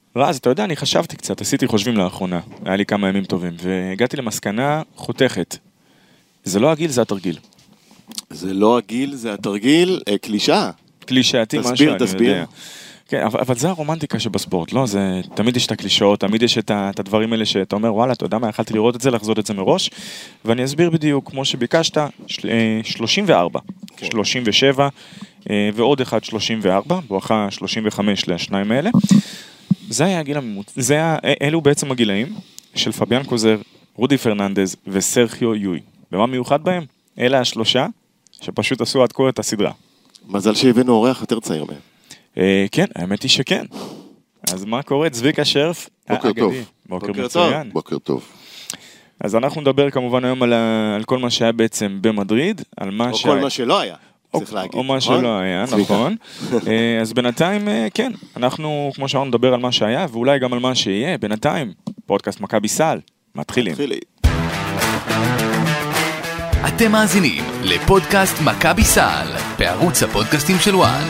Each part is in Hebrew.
רז, אתה יודע, אני חשבתי קצת, עשיתי חושבים לאחרונה, היה לי כמה ימים טובים, והגעתי למסקנה חותכת. זה לא הגיל, זה התרגיל. זה לא הגיל, זה התרגיל, קלישה. קלישאתי, משהו, תסביר. יודע. כן, אבל זה הרומנטיקה שבספורט, לא? זה, תמיד יש את הקלישאות, תמיד יש את הדברים האלה שאתה אומר, וואלה, אתה יודע מה, יכלתי לראות את זה, לחזות את זה מראש, ואני אסביר בדיוק, כמו שביקשת, 34, 37, ועוד אחד 34, בואכה 35 לשניים האלה. זה היה הגיל הממוצע, אלו בעצם הגילאים של פביאן קוזר, רודי פרננדז וסרחיו יוי. ומה מיוחד בהם? אלה השלושה שפשוט עשו עד כה את הסדרה. מזל שהבאנו אורח יותר צעיר מהם. כן, האמת היא שכן. אז מה קורה? צביקה שרף. בוקר טוב. בוקר מצוין. בוקר טוב. אז אנחנו נדבר כמובן היום על כל מה שהיה בעצם במדריד, על מה או כל מה שלא היה, צריך להגיד. או מה שלא היה, נכון. אז בינתיים, כן, אנחנו, כמו שאמרנו, נדבר על מה שהיה, ואולי גם על מה שיהיה. בינתיים, פודקאסט מכבי סל. מתחילים. אתם מאזינים לפודקאסט מכבי סל, בערוץ הפודקאסטים של וואן.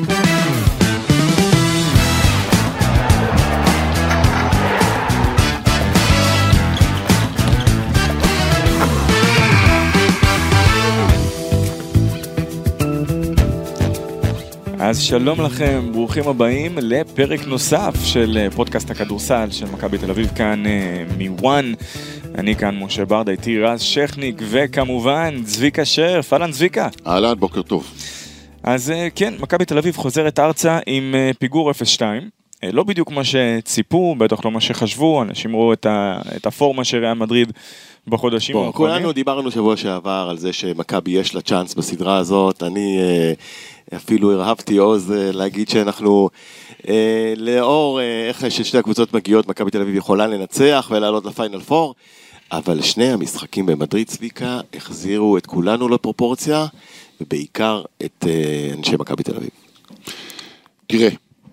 אז שלום לכם, ברוכים הבאים לפרק נוסף של פודקאסט הכדורסל של מכבי תל אביב, כאן מוואן. אני כאן משה ברדה, איתי רז שכניק, וכמובן צביקה שרף. אהלן צביקה. אהלן, בוקר טוב. אז כן, מכבי תל אביב חוזרת ארצה עם פיגור 0-2. לא בדיוק מה שציפו, בטח לא מה שחשבו, אנשים ראו את הפורמה של ריאל מדריד בחודשים האחרונים. כולנו דיברנו שבוע שעבר על זה שמכבי יש לה צ'אנס בסדרה הזאת. אני אפילו הרהבתי עוז להגיד שאנחנו לאור איך ששתי הקבוצות מגיעות, מכבי תל אביב יכולה לנצח ולעלות לפיינל פור, אבל שני המשחקים במדריד, צביקה, החזירו את כולנו לפרופורציה, ובעיקר את אנשי מכבי תל אביב. תראה,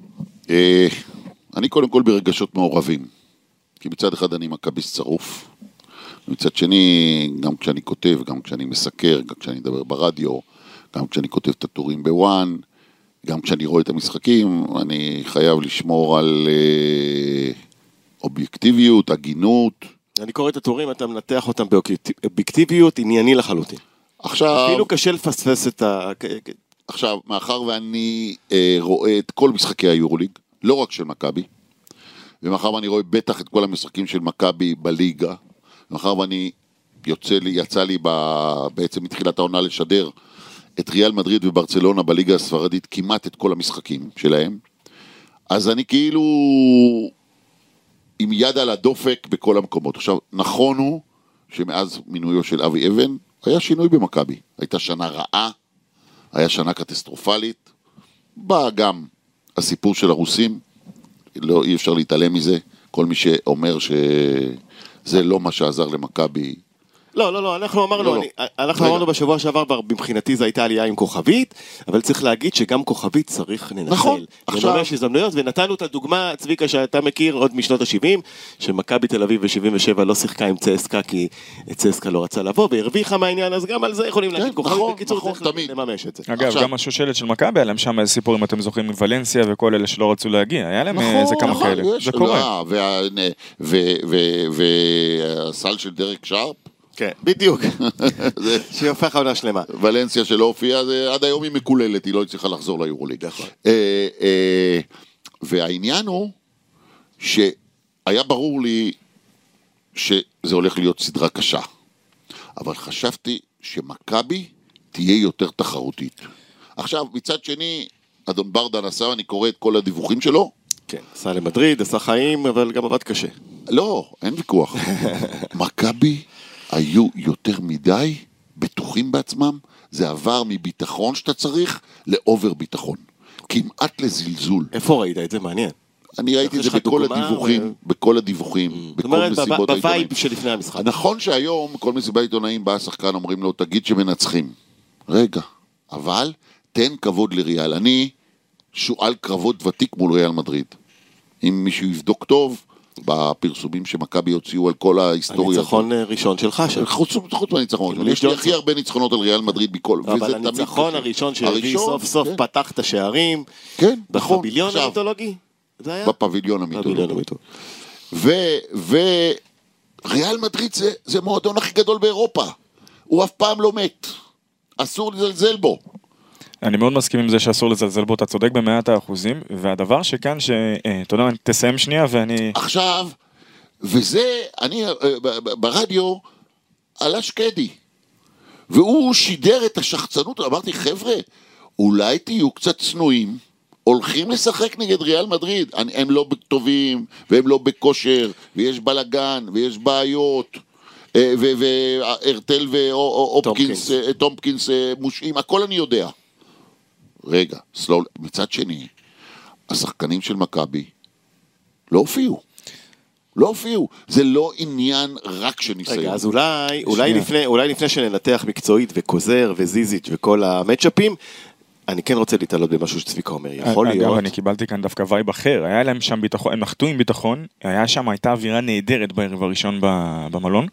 אני קודם כל ברגשות מעורבים, כי מצד אחד אני מכביסט צרוף, ומצד שני, גם כשאני כותב, גם כשאני מסקר, גם כשאני מדבר ברדיו, גם כשאני כותב את הטורים בוואן, גם כשאני רואה את המשחקים, אני חייב לשמור על אובייקטיביות, הגינות. אני קורא את הטורים, אתה מנתח אותם באובייקטיביות, ענייני לחלוטין. עכשיו, אפילו קשה לפספס את עכשיו, מאחר ואני רואה את כל משחקי היורוליג, לא רק של מכבי, ומאחר ואני רואה בטח את כל המשחקים של מכבי בליגה, מאחר ואני יצא לי בעצם מתחילת העונה לשדר את ריאל מדריד וברצלונה בליגה הספרדית, כמעט את כל המשחקים שלהם, אז אני כאילו עם יד על הדופק בכל המקומות. עכשיו, נכון הוא שמאז מינויו של אבי אבן, היה שינוי במכבי. הייתה שנה רעה, היה שנה קטסטרופלית, בא גם הסיפור של הרוסים, לא, אי אפשר להתעלם מזה, כל מי שאומר שזה לא מה שעזר למכבי. לא, אנחנו אמרנו בשבוע שעבר, מבחינתי זו הייתה עלייה עם כוכבית, אבל צריך להגיד שגם כוכבית צריך לנצל. נכון, עכשיו. לממש הזדמנויות, ונתנו את הדוגמה, צביקה, שאתה מכיר עוד משנות ה-70, שמכבי תל אביב ב-77 לא שיחקה עם צסקה, כי צסקה לא רצה לבוא, והרוויחה מהעניין, אז גם על זה יכולים להגיד כוכבית, בקיצור צריך לממש את זה. אגב, גם השושלת של מכבי, היה להם שם איזה סיפור, אם אתם זוכרים, עם ולנסיה וכל אלה שלא רצו להגיע, היה להם איזה כמה כאלה. זה קורה. והסל של דרק שרפ, כן, בדיוק. שיופך העונה שלמה. ולנסיה שלא הופיעה, עד היום היא מקוללת, היא לא הצליחה לחזור ליורוליג. והעניין הוא שהיה ברור לי שזה הולך להיות סדרה קשה. אבל חשבתי שמכבי תהיה יותר תחרותית. עכשיו, מצד שני, אדון ברדה נסע, אני קורא את כל הדיווחים שלו. כן, עשה למדריד, עשה חיים, אבל גם עבד קשה. לא, אין ויכוח. מכבי היו יותר מדי בטוחים בעצמם, זה עבר מביטחון שאתה צריך לאובר ביטחון. כמעט לזלזול. איפה ראית את זה? מעניין. אני ראיתי את זה בכל הדיווחים, בכל מסיבות העיתונאים. בווייב שלפני המשחק. נכון שהיום, כל מסיבה עיתונאים בא השחקן, אומרים לו, תגיד שמנצחים. רגע, אבל תן כבוד לריאל. אני שואל קרבות ותיק מול ריאל מדריד. אם מישהו יבדוק טוב, בפרסומים שמכבי הוציאו על כל ההיסטוריה. הניצחון ראשון שלך. חוץ מהניצחון. יש לי הכי הרבה ניצחונות על ריאל מדריד בכל. אבל הניצחון הראשון שהביא סוף סוף פתח את השערים. כן, נכון. בביליון המיתולוגי. זה היה? בפביליון המיתולוגי. וריאל מדריד זה מועדון הכי גדול באירופה. הוא אף פעם לא מת. אסור לזלזל בו. אני מאוד מסכים עם זה שאסור לזלזל בו, אתה צודק ב100%, והדבר שכאן, אתה יודע, תסיים שנייה ואני... עכשיו, וזה, אני ברדיו, עלה שקדי, והוא שידר את השחצנות, אמרתי, חבר'ה, אולי תהיו קצת צנועים, הולכים לשחק נגד ריאל מדריד, הם לא טובים, והם לא בכושר, ויש בלגן, ויש בעיות, וארטל וטומפקינס מושעים, הכל אני יודע. רגע, מצד שני, השחקנים של מכבי לא הופיעו. זה לא עניין רק של ניסיון. רגע, אז אולי לפני שננתח מקצועית וקוזר וזיזיץ' וכל המצ'אפים, אני כן רוצה להתעלות במשהו שצביקה אומר, יכול להיות. אגב, אני קיבלתי כאן דווקא וייב אחר, היה להם שם ביטחון, הם נחתו עם ביטחון, הייתה אווירה נהדרת בערב הראשון במלון,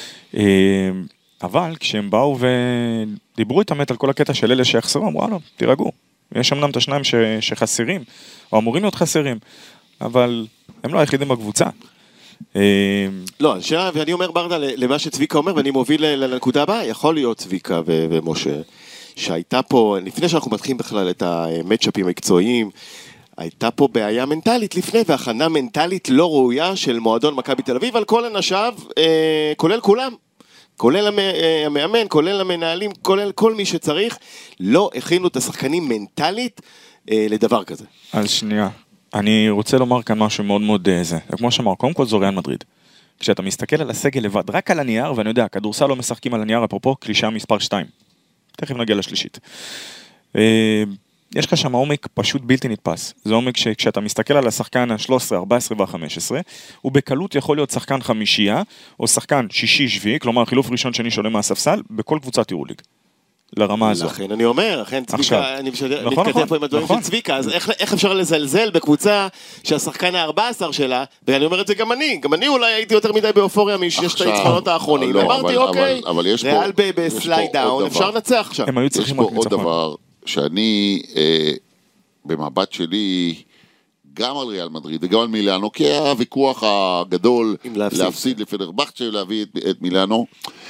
אבל כשהם באו ודיברו איתם על כל הקטע של אלה שיחסרו, אמרו, לא, תירגעו, יש אמנם את השניים שחסרים, או אמורים להיות חסרים, אבל הם לא היחידים בקבוצה. לא, ואני אומר ברדה למה שצביקה אומר, ואני מוביל לנקודה הבאה, יכול להיות צביקה ומשה, שהייתה פה, לפני שאנחנו מתחילים בכלל את המצ'אפים המקצועיים, הייתה פה בעיה מנטלית לפני, והכנה מנטלית לא ראויה של מועדון מכבי תל אביב, על כל אנשיו, כולל כולם, כולל המאמן, כולל המנהלים, כולל כל מי שצריך, לא הכינו את השחקנים מנטלית לדבר כזה. אז שנייה, אני רוצה לומר כאן משהו מאוד מאוד זה, כמו שאמר, קודם כל זו ריאל מדריד. כשאתה מסתכל על הסגל לבד, רק על הנייר, ואני יודע, כדורסל לא משחקים על הנייר, אפרופו קלישה מספר 2. תכף נגיע לשלישית. יש לך שם עומק פשוט בלתי נתפס. זה עומק שכשאתה מסתכל על השחקן ה-13, 14 וה-15, הוא בקלות יכול להיות שחקן חמישייה, או שחקן שישי-שביעי, כלומר חילוף ראשון שני שעולה מהספסל, בכל קבוצת יורוליג. לרמה הזו. לכן אני אומר, לכן צביקה, אני מתכתב פה עם הדברים של צביקה, אז איך אפשר לזלזל בקבוצה שהשחקן ה-14 שלה, ואני אומר את זה גם אני אולי הייתי יותר מדי באופוריה משש את הניצחונות האחרונים, אמרתי אוקיי, ריאל בסלייד דאון, אפשר לנצח עכשיו. יש פה עוד דבר, שאני במבט שלי, גם על ריאל מדריד וגם על מילאנו, כי היה הוויכוח הגדול להפסיד לפנרבחצ'ה ולהביא את מילאנו,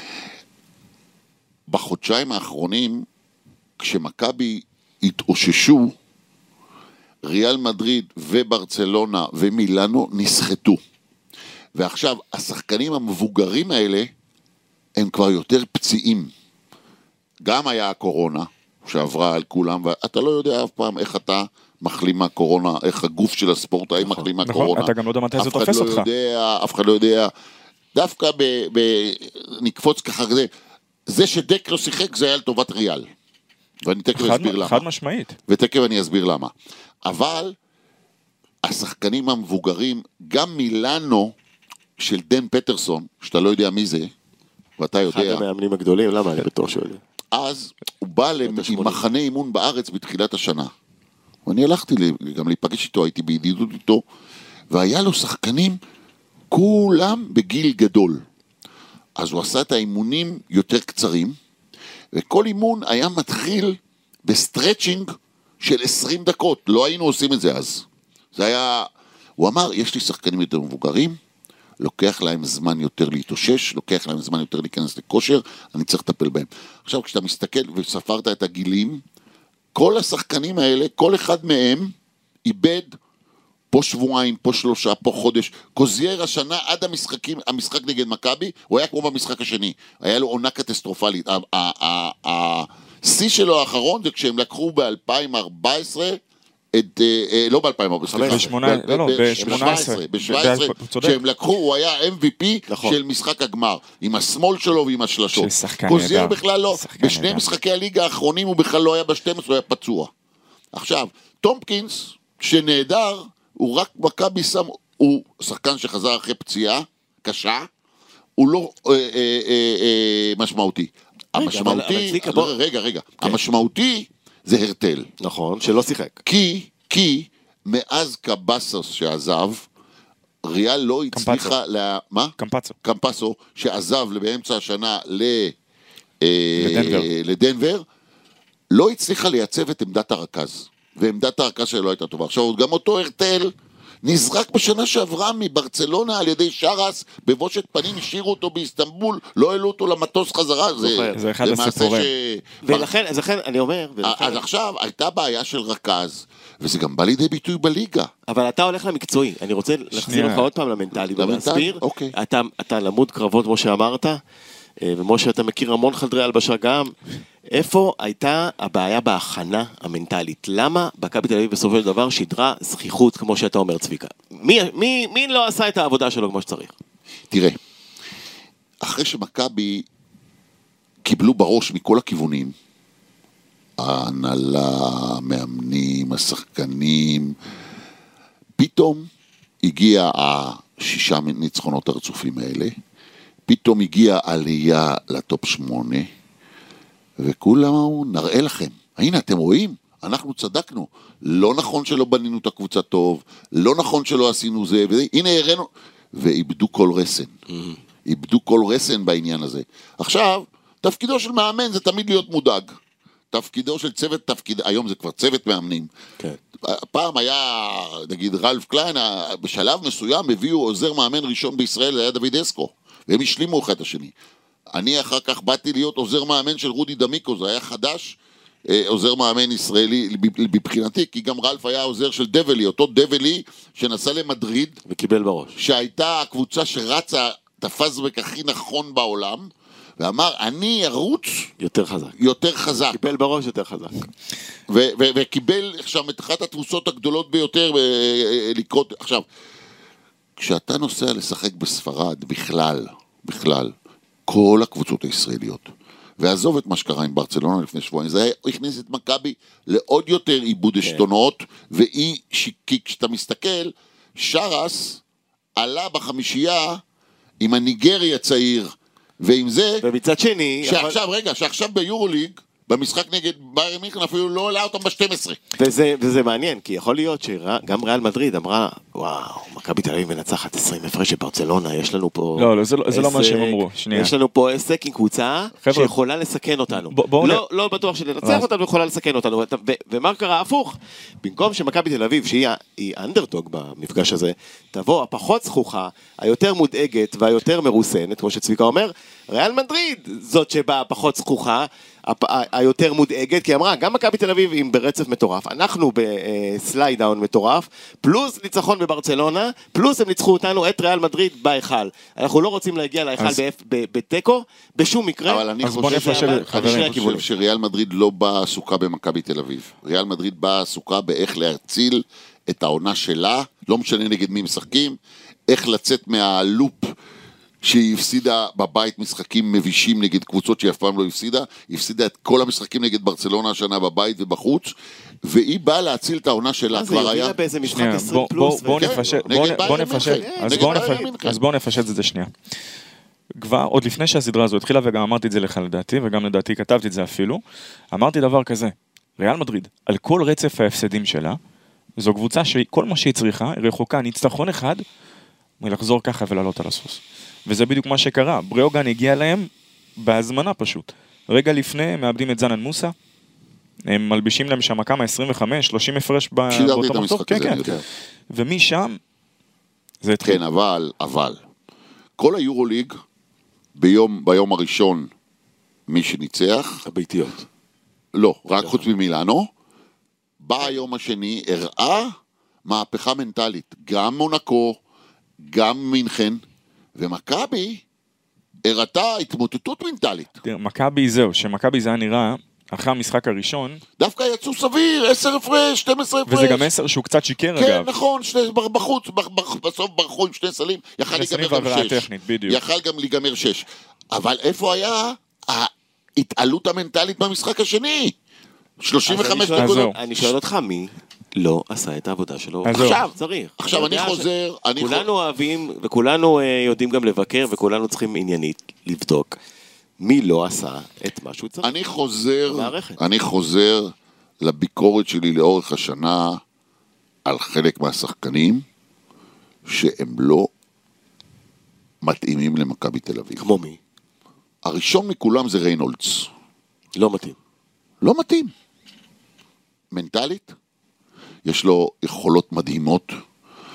בחודשיים האחרונים, כשמכבי התאוששו, ריאל מדריד וברצלונה ומילאנו נסחטו. ועכשיו, השחקנים המבוגרים האלה, הם כבר יותר פציעים. גם היה הקורונה, שעברה על כולם, ואתה לא יודע אף פעם איך אתה מחלים מהקורונה, איך הגוף של הספורטאי מחלים מהקורונה. נכון, אתה גם לא יודע מתי זה תופס אותך. אף אחד לא יודע. דווקא נקפוץ ככה כזה, זה שדק לא שיחק זה היה לטובת ריאל. ואני תכף אסביר למה. חד משמעית. ותכף אני אסביר למה. אבל השחקנים המבוגרים, גם מילאנו של דן פטרסון, שאתה לא יודע מי זה, ואתה יודע. אחד המאמנים הגדולים, למה אני בטוח שואל? אז הוא בא למחנה אימון בארץ בתחילת השנה. ואני הלכתי גם להיפגש איתו, הייתי בידידות איתו, והיה לו שחקנים כולם בגיל גדול. אז הוא עשה את האימונים יותר קצרים, וכל אימון היה מתחיל בסטרצ'ינג של 20 דקות. לא היינו עושים את זה אז. זה היה, הוא אמר, יש לי שחקנים יותר מבוגרים, לוקח להם זמן יותר להתאושש, לוקח להם זמן יותר להיכנס לכושר, אני צריך לטפל בהם. עכשיו, כשאתה מסתכל וספרת את הגילים, כל השחקנים האלה, כל אחד מהם איבד פה שבועיים, פה 3, פה חודש. קוזייר השנה עד המשחק נגד מכבי, הוא היה כמו במשחק השני. היה לו עונה קטסטרופלית. השיא שלו האחרון זה כשהם לקחו ב-2014, לא ב-2014, ב-17, כשהם לקחו, הוא היה MVP של משחק הגמר, עם השמאל שלו ועם השלשות. קוזייר בכלל לא, בשני משחקי הליגה האחרונים הוא בכלל לא היה ב-12, הוא היה פצוע. עכשיו, טומפקינס, שנהדר, הוא רק מכבי שם, הוא שחקן שחזר אחרי פציעה קשה, הוא לא משמעותי. המשמעותי זה הרטל. נכון, שלא שיחק. כי מאז קבסוס שעזב, ריאל לא הצליחה, מה? קמפסו, שעזב באמצע השנה לדנבר, לא הצליחה לייצב את עמדת הרכז. ועמדת הרכז שלו הייתה טובה. עכשיו, גם אותו הרטל, נזרק בשנה שעברה מברצלונה על ידי שרס, בבושת פנים השאירו אותו באיסטנבול, לא העלו אותו למטוס חזרה, זה אחד הסיפורים. ולכן אני אומר... אז עכשיו, הייתה בעיה של רכז, וזה גם בא לידי ביטוי בליגה. אבל אתה הולך למקצועי, אני רוצה להחזיר לך עוד פעם למנטלי, ולהסביר, אתה למוד קרבות כמו שאמרת, ומשה אתה מכיר המון חדרי הלבשה גם, איפה הייתה הבעיה בהכנה המנטלית? למה מכבי תל אביב בסופו של דבר שידרה זכיחות כמו שאתה אומר צביקה? מי לא עשה את העבודה שלו כמו שצריך? תראה, אחרי שמכבי קיבלו בראש מכל הכיוונים, ההנהלה, המאמנים, השחקנים, פתאום הגיע 6 ניצחונות הרצופים האלה, פתאום הגיעה עלייה לטופ 8, וכולם אמרו, נראה לכם, הנה אתם רואים, אנחנו צדקנו, לא נכון שלא בנינו את הקבוצה טוב, לא נכון שלא עשינו זה, הנה הראינו, ואיבדו כל רסן, איבדו כל רסן בעניין הזה. עכשיו, תפקידו של מאמן זה תמיד להיות מודאג, תפקידו של צוות, היום זה כבר צוות מאמנים. כן. פעם היה, נגיד, רלף קליין, בשלב מסוים הביאו עוזר מאמן ראשון בישראל, זה היה דוד אסקו, והם השלימו אחד את השני. אני אחר כך באתי להיות עוזר מאמן של רודי דמיקו, זה היה חדש, עוזר מאמן ישראלי בבחינתי, כי גם רלף היה עוזר של דבלי, אותו דבלי שנסע למדריד, וקיבל בראש. שהייתה הקבוצה שרצה, תפס בכי נכון בעולם, ואמר, אני ארוץ יותר חזק. קיבל בראש יותר חזק. וקיבל עכשיו את אחת התבוסות הגדולות ביותר לקרות. עכשיו, כשאתה נוסע לשחק בספרד, בכלל, כל הקבוצות הישראליות, ועזוב את מה שקרה עם ברצלונה לפני שבועיים, זה הכניס את מכבי לעוד יותר עיבוד השתונות, כי כשאתה מסתכל, שרס עלה בחמישייה עם הניגרי הצעיר, ועם זה, ומצד שני, שעכשיו ביורוליג, במשחק נגד ביירן מינכן אפילו לא עלה אותם ב-12. וזה מעניין, כי יכול להיות שגם ריאל מדריד אמרה, וואו, מכבי תל אביב מנצחת 20 הפרש בברצלונה, יש לנו פה... לא, זה לא מה שהם אמרו, שנייה. יש לנו פה עסק עם קבוצה שיכולה לסכן אותנו. לא בטוח שלנצח אותנו, יכולה לסכן אותנו. ומה קרה? הפוך. במקום שמכבי תל אביב, שהיא אנדרדוג במפגש הזה, תבוא הפחות זכוכה, היותר מודאגת והיותר מרוסנת, כמו שצביקה אומר, ריאל מדריד זאת שבאה פחות זכוכה, היותר מודאגת, כי אמרה, גם מכבי תל אביב עם ברצף מטורף, אנחנו בסליידאון מטורף, פלוס ניצחון בברצלונה, פלוס הם ניצחו אותנו את ריאל מדריד בהיכל. אנחנו לא רוצים להגיע להיכל בטקו, בשום מקרה. אבל אני חושב שריאל מדריד לא באה עסוקה במכבי תל אביב. ריאל מדריד באה עסוקה באיך להציל את העונה שלה, לא משנה נגד מי משחקים, איך לצאת מהלופ שהיא הפסידה בבית משחקים מבישים נגד קבוצות שהיא אף פעם לא הפסידה, היא הפסידה את כל המשחקים נגד ברצלונה השנה בבית ובחוץ, והיא באה להציל את העונה שלה. כבר היה... זה באיזה משחק 20 פלוס. אז בואו נפשט את זה שנייה. כבר, עוד לפני שהסדרה הזו התחילה, וגם אמרתי את זה לך לדעתי, וגם לדעתי כתבתי את זה אפילו, אמרתי דבר כזה, ריאל מדריד, על כל רצף ההפסדים שלה, זו קבוצה שכל מה שהיא צריכה, רחוקה, ניצחון אחד, מלחזור ככה ולעלות על הסוס. וזה בדיוק מה שקרה, בריאוגן הגיע להם בהזמנה פשוט. רגע לפני, מאבדים את זנן מוסה, הם מלבישים להם שם כמה, 25, 30 הפרש באותו מחזור. כן, כן. ומשם, זה התחיל. כן, אבל, כל היורוליג, ביום הראשון, מי שניצח, הביתיות. לא, רק חוץ ממילאנו, בא היום השני, הראה מהפכה מנטלית, גם מונקו, גם מינכן, ומכבי הראתה התמוטטות מנטלית. מכבי זהו, שמכבי זה היה נראה, אחרי המשחק הראשון, דווקא יצאו סביר, 10 הפרש, 12 הפרש. וזה גם 10 שהוא קצת שיקר כן, אגב. כן, נכון, בחוץ, בסוף ברחו עם 2 סלים, יכל להיגמר גם 6. יכל גם להיגמר 6. אבל איפה היה ההתעלות המנטלית במשחק השני? 35 נקודות. אני שואל אותך מי לא עשה את העבודה שלו. עכשיו צריך. עכשיו אני חוזר. כולנו אוהבים וכולנו יודעים גם לבקר וכולנו צריכים עניינית לבדוק. מי לא עשה את מה שהוא צריך? אני חוזר לביקורת שלי לאורך השנה על חלק מהשחקנים שהם לא מתאימים למכבי תל אביב. כמו מי? הראשון מכולם זה ריינולדס. לא מתאים. לא מתאים. מנטלית, יש לו יכולות מדהימות,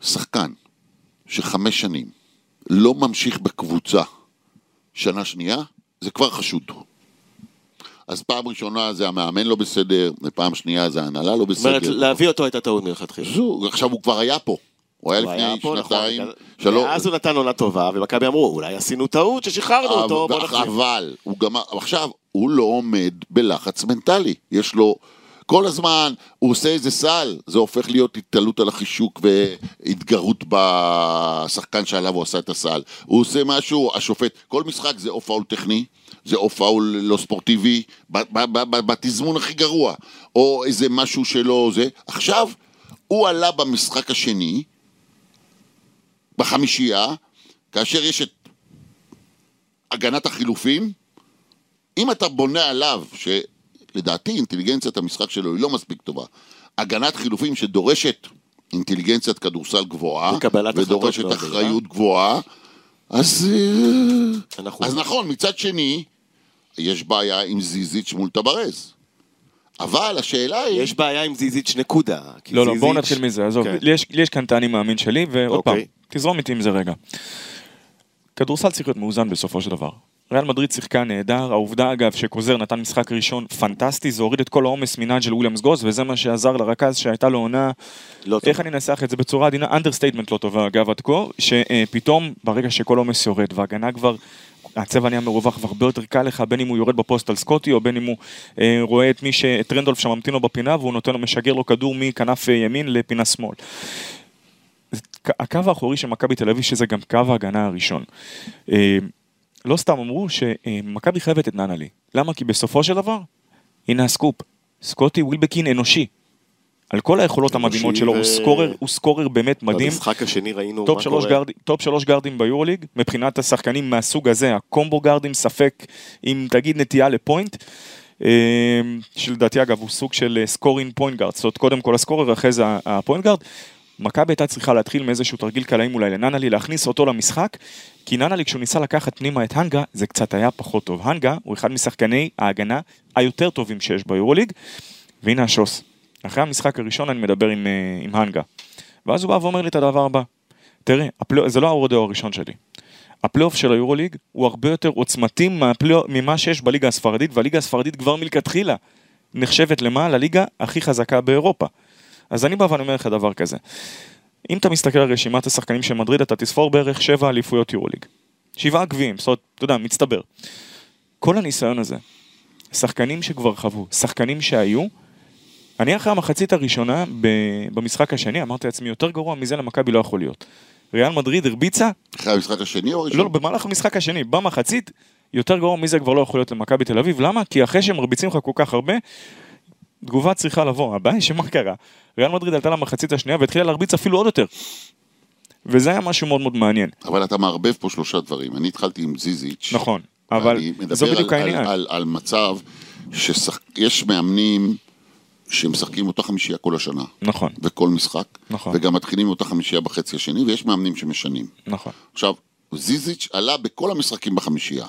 שחקן ש5 שנים לא ממשיך בקבוצה שנה שנייה, זה כבר חשוד. אז פעם ראשונה זה המאמן לא בסדר, ופעם שנייה זה ההנהלה לא בסדר. זאת אומרת, להביא אותו הייתה טעות מלכתחילה. עכשיו הוא כבר היה פה. הוא היה לפני שנתיים, שלוש. ואז הוא נתן עונה טובה, ומכבי אמרו, אולי עשינו טעות ששחררנו אותו, בוא נחזיר. אבל, עכשיו, הוא לא עומד בלחץ מנטלי. יש לו, כל הזמן, הוא עושה איזה סל, זה הופך להיות התעלות על החישוק והתגרות בשחקן שעליו הוא עשה את הסל. הוא עושה משהו, השופט, כל משחק זה או פאול טכני, זה או פאול לא ספורטיבי, בתזמון הכי גרוע, או איזה משהו שלא זה. עכשיו, הוא עלה במשחק השני, בחמישייה, כאשר יש את הגנת החילופים, אם אתה בונה עליו, שלדעתי אינטליגנציית המשחק שלו היא לא מספיק טובה, הגנת חילופים שדורשת אינטליגנציית כדורסל גבוהה, ודורשת אחריות גבוהה, אז נכון, מצד שני, יש בעיה עם זיזיץ' מול טברז. אבל השאלה היא... יש בעיה עם זיזיץ' נקודה. לא, בואו נתחיל מזה, עזוב, יש כאן טעני מאמין שלי, ועוד פעם, תזרום איתי עם זה רגע. כדורסל צריך להיות מאוזן בסופו של דבר. ריאל מדריד שיחקה נהדר, העובדה אגב שקוזר נתן משחק ראשון פנטסטי, זה הוריד את כל העומס מנאג'ל וויליאמס גוס, וזה מה שעזר לרכז שהייתה לו עונה, איך אני אנסח את זה בצורה עדינה, אנדרסטייטמנט לא טובה אגב עד כה, שפתאום ברגע שכל העומס יורד, והגנה כבר, הצבע נהיה מרווח והרבה יותר קל לך, בין אם הוא יורד בפוסט על סקוטי, או בין אם הוא רואה את רנדולף שממתין לו בפינה, והוא נותן לו, משגר לו כדור מכנף ימין לפינה שמאל. הקו האחורי של מכבי תל אביב, שזה גם קו ההגנה הראשון. לא סתם אמרו שמכבי חייבת את ננלי. למה? כי בסופו של דבר, הנה הסקופ, סקוטי ווילבקין אנושי. על כל היכולות המדהימות שלו, הוא סקורר באמת מדהים. במשחק השני ראינו טופ 3 גארדים ביורוליג, מבחינת השחקנים מהסוג הזה, הקומבו גארדים, ספק עם תגיד נטייה לפוינט, שלדעתי אגב הוא סוג של סקורינג פוינט גארד, זאת אומרת קודם כל הסקורר, אחרי זה הפוינט גארד, מכבי הייתה צריכה להתחיל מאיזשהו תרגיל קלעים אולי לננלי, להכניס אותו למשחק, כי ננלי כשהוא ניסה לקחת פנימה את הנגה, זה קצת היה פחות טוב. הנגה הוא אחד משחקני ההגנה היותר טובים שיש ביורוליג, והנה השוס. אחרי המשחק הראשון אני מדבר עם הנגה, ואז הוא בא ואומר לי את הדבר הבא, תראה, זה לא האורדאו הראשון שלי, הפלייאוף של היורוליג הוא הרבה יותר עוצמתי ממה שיש בליגה הספרדית, והליגה הספרדית כבר מלכתחילה נחשבת למה? לליגה הכי חזקה באירופה. אז אני בא ואני אומר לך דבר כזה, אם אתה מסתכל על רשימת השחקנים של מדריד, אתה תספור בערך 7 אליפויות יורוליג, 7 גביעים, זאת אומרת, אתה יודע, מצטבר. כל הניסיון הזה, שחקנים שכבר חוו, שחקנים שהיו, אני אחרי המחצית הראשונה במשחק השני, אמרתי לעצמי, יותר גרוע מזה למכבי לא יכול להיות. ריאל מדריד הרביצה... אחרי המשחק השני או ראשון? לא, במהלך המשחק השני, במחצית, יותר גרוע מזה כבר לא יכול להיות למכבי תל אביב. למה? כי אחרי שהם מרביצים לך כל כך הרבה, תגובה צריכה לבוא. הבעיה שמה קרה? ריאל מדריד עלתה למחצית השנייה והתחילה להרביץ אפילו עוד יותר. וזה היה משהו מאוד מאוד מעניין. אבל אתה מערבב פה 3 דברים. אני התחלתי עם זיזיץ'. נכון, אבל זו בדיוק העניין. על מצב שיש מאמנים שמשחקים אותה חמישייה כל השנה. נכון. וכל משחק. נכון. וגם מתחילים אותה חמישייה בחצי השני, ויש מאמנים שמשנים. נכון. עכשיו, זיזיץ' עלה בכל המשחקים בחמישייה.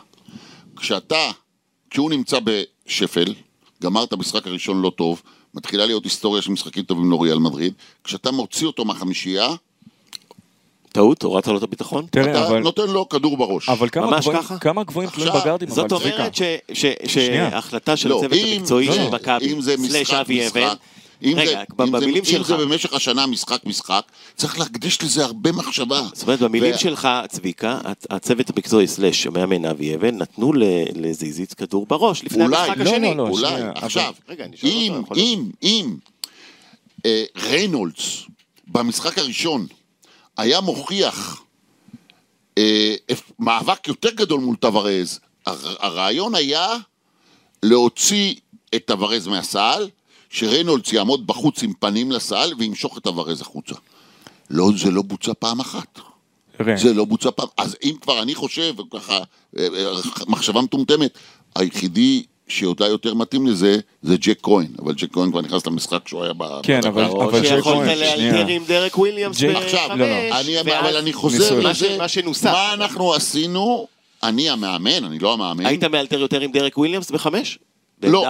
כשהוא נמצא בשפל, גמר את המשחק הראשון לא טוב, מתחילה להיות היסטוריה של משחקים טובים לריאל מדריד, כשאתה מוציא אותו מהחמישייה, טעות, הורדת לו את הביטחון? אתה נותן לו כדור בראש. אבל כמה גבוהים תלויים בגרדים? זאת אומרת שההחלטה של הצוות המקצועי של מכבי, סלש אבי אבן, רגע, במילים שלך... אם זה במשך השנה משחק, צריך להקדיש לזה הרבה מחשבה. זאת אומרת, במילים שלך, צביקה, הצוות המקצועי סלש מאמן אבי אבן, נתנו לזיזיץ כדור בראש לפני המשחק השני. אולי, עכשיו, אם ריינולדס במשחק הראשון היה מוכיח מאבק יותר גדול מול טברז, הרעיון היה להוציא את טברז מהסל, שריינולדס יעמוד בחוץ עם פנים לסל וימשוך את טברז החוצה. לא, זה לא בוצע פעם אחת. זה לא בוצע פעם. אז אם כבר אני חושב, ככה, מחשבה מטומטמת, היחידי שיודע יותר מתאים לזה, זה ג'ק כהן. אבל ג'ק כהן כבר נכנס למשחק כשהוא היה כן, אבל ג'ק כהן, לאלתר עם דרק וויליאמס עכשיו, אבל אני חוזר לזה, מה אנחנו עשינו, אני המאמן, אני לא המאמן. היית מאלתר יותר עם דרק וויליאמס ב5? לא,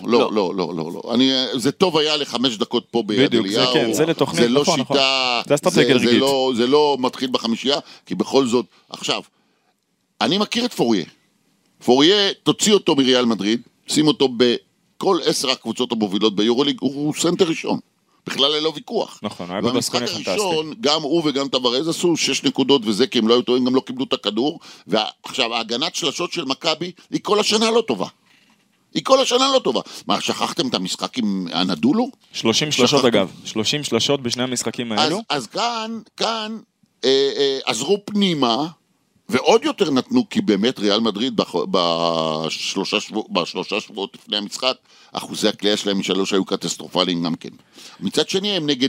זה טוב היה ל5 דקות פה ביד אליהו. בדיוק, זה לתוכנית, זה לא שיטה, זה לא מתחיל בחמישייה, כי בכל זאת, עכשיו, אני מכיר את פוריה, תוציא אותו מריאל מדריד, שים אותו בכל 10 הקבוצות המובילות ביורוליג, הוא סנטר ראשון. בכלל ללא ויכוח. נכון, היה במשחק הראשון, גם הוא וגם טוורז עשו 6 נקודות וזה, כי הם לא היו טועים, גם לא קיבלו את הכדור, ועכשיו, ההגנת שלשות של מכבי, היא כל השנה לא טובה. מה, שכחתם את המשחק עם הנדולו? 30 שלשות אגב, 30 שלשות בשני המשחקים האלו. אז כאן עזרו פנימה, ועוד יותר נתנו, כי באמת ריאל מדריד בשלושה שבועות לפני המשחק, אחוזי הקליעה שלהם משלוש היו קטסטרופליים גם כן. מצד שני הם נגד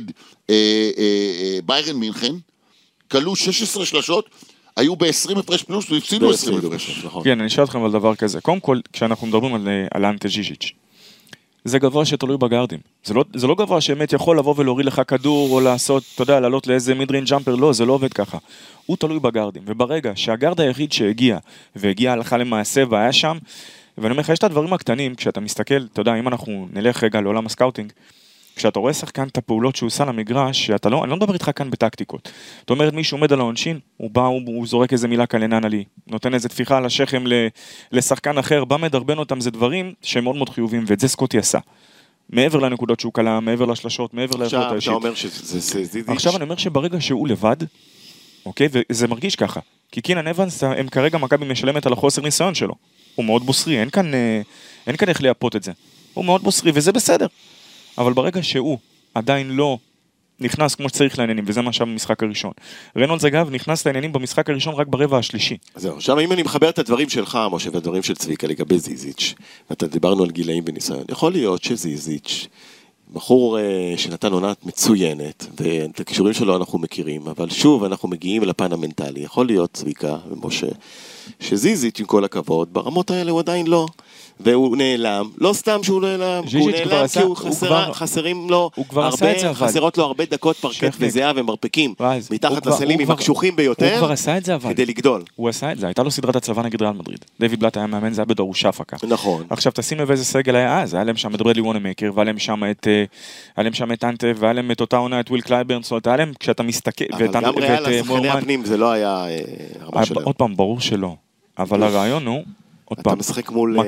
ביירן מינכן, קלו 16 שלשות, היו ב-20 הפרש פלוס והפסידו 20 הפרש. כן, אני אשאל אתכם על דבר כזה. קודם כל, כשאנחנו מדברים על אנטה ז'יז'יץ', זה גבוה שתלוי בגארדים. זה לא גבוה שבאמת יכול לבוא ולהוריד לך כדור, או לעשות, אתה יודע, לעלות לאיזה מידרין ג'אמפר, לא, זה לא עובד ככה. הוא תלוי בגארדים, וברגע שהגארד היחיד והגיע הלכה למעשה והיה שם, ואני אומר לך, יש את הדברים הקטנים, כשאתה מסתכל, אתה יודע, אם אנחנו נלך רגע לעולם הסקאוטינג, כשאתה רואה שחקן את הפעולות שהוא עושה למגרש, אני לא מדבר איתך כאן בטקטיקות. זאת אומרת, מישהו עומד על העונשין, הוא בא, הוא זורק איזה מילה קלננה לי, נותן איזה תפיחה על השכם לשחקן אחר, בא מדרבן אותם, זה דברים שהם מאוד מאוד חיובים, ואת זה סקוטי עשה. מעבר לנקודות שהוא קלה, מעבר לשלשות, מעבר ליכולת האישית. עכשיו אתה אומר שזה זיזיץ'. עכשיו אני אומר שברגע שהוא לבד, אוקיי, וזה מרגיש ככה, כי קינן אבנס, הם כרגע מכבי משלמת על החוסר ניסיון שלו. הוא מאוד בוסרי, אין כאן איך לייפות את זה. הוא מאוד בוסרי, וזה בסדר. אבל ברגע שהוא עדיין לא נכנס כמו שצריך לעניינים, וזה מה שם במשחק הראשון. רנולדס אגב נכנס לעניינים במשחק הראשון רק ברבע השלישי. זהו, עכשיו אם אני מחבר את הדברים שלך, משה, והדברים של צביקה לגבי זיזיץ', ואתה דיברנו על גילאים וניסיון, יכול להיות שזיזיץ', בחור שנתן עונת מצוינת, ואת הכישורים שלו אנחנו מכירים, אבל שוב אנחנו מגיעים לפן המנטלי, יכול להיות צביקה ומשה, שזיזיץ' עם כל הכבוד, ברמות האלה הוא עדיין לא. והוא נעלם, לא סתם שהוא נעלם, הוא נעלם כי הוא חסרים לו הרבה, חסרות לו הרבה דקות פרקט וזהה ומרפקים, מתחת לסלים עם הקשוחים ביותר, הוא כבר עשה את זה אבל, כדי לגדול. הוא עשה את זה, הייתה לו סדרת הצלבה נגד ריאל מדריד, דיוויד בלאט היה מאמן, זה היה בדור שפקה. נכון. עכשיו תשים לב איזה סגל היה אז, היה להם שם את ברדלי וונמקר, והיה להם שם את אנטה, והיה להם את אותה עונה, את וויל קלייברן, זאת היה להם, כשאתה מסתכל, אבל גם ריאל השחקני הפנים זה לא היה הרבה שלהם. עוד פעם, ברור שלא, אבל הרעיון הוא אתה משחק מול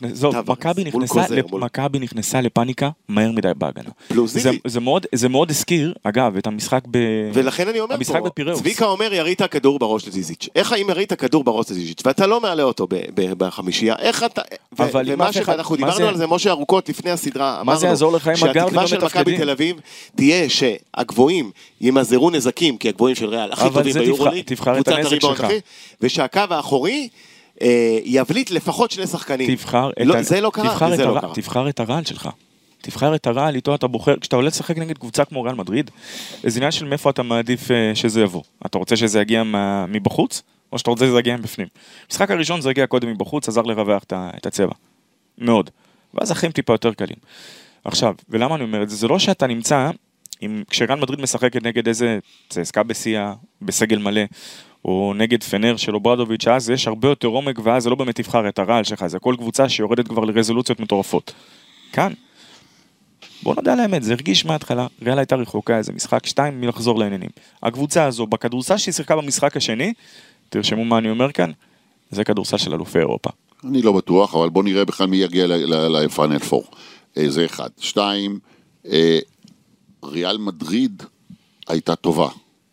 מכבי נכנסה לפאניקה מהר מדי בהגנה. זה מאוד הזכיר, אגב, את המשחק ולכן אני אומר פה, צביקה אומר ירית הכדור בראש לזיזיץ'. איך האם ירית הכדור בראש לזיזיץ' ואתה לא מעלה אותו בחמישייה, איך אתה, ומה שאנחנו דיברנו על זה משה ארוכות לפני הסדרה, מה זה יעזור לך אם הגארדים לא מתפקדים? מכבי תל אביב תהיה שהגבוהים ימזערו נזקים, כי הגבוהים של ריאל הכי טובים ביורוליג, קבוצת הריבאונד הכי, ושהקו האחורי יבליט לפחות שני שחקנים. זה לא קרה, וזה לא קרה. תבחר את הרעל שלך. תבחר את הרעל, איתו אתה בוחר, כשאתה עולה לשחק נגד קבוצה כמו ריאל מדריד, זה עניין של מאיפה אתה מעדיף שזה יבוא. אתה רוצה שזה יגיע מבחוץ, או שאתה רוצה שזה יגיע מבפנים. משחק הראשון זה יגיע קודם מבחוץ, עזר לרווח את הצבע. מאוד. ואז החיים טיפה יותר קלים. עכשיו, ולמה אני אומר את זה? זה לא שאתה נמצא, כשריאל מדריד משחקת נגד איזה צסקה בסיעה, בסגל מלא, או נגד פנר של אוברדוביץ', אז יש הרבה יותר עומק, ואז זה לא באמת תבחר את הרעל שלך, זה כל קבוצה שיורדת כבר לרזולוציות מטורפות. כאן, בוא נדע על האמת, זה הרגיש מההתחלה, ריאל הייתה רחוקה, איזה משחק 2 מלחזור לעניינים. הקבוצה הזו, בכדורסל שהיא שיחקה במשחק השני, תרשמו מה אני אומר כאן, זה כדורסל של אלופי אירופה. אני לא בטוח, אבל בוא נראה בכלל מי יגיע לפיינל פור. זה אחד. 2, ריאל מדריד הייתה טובה.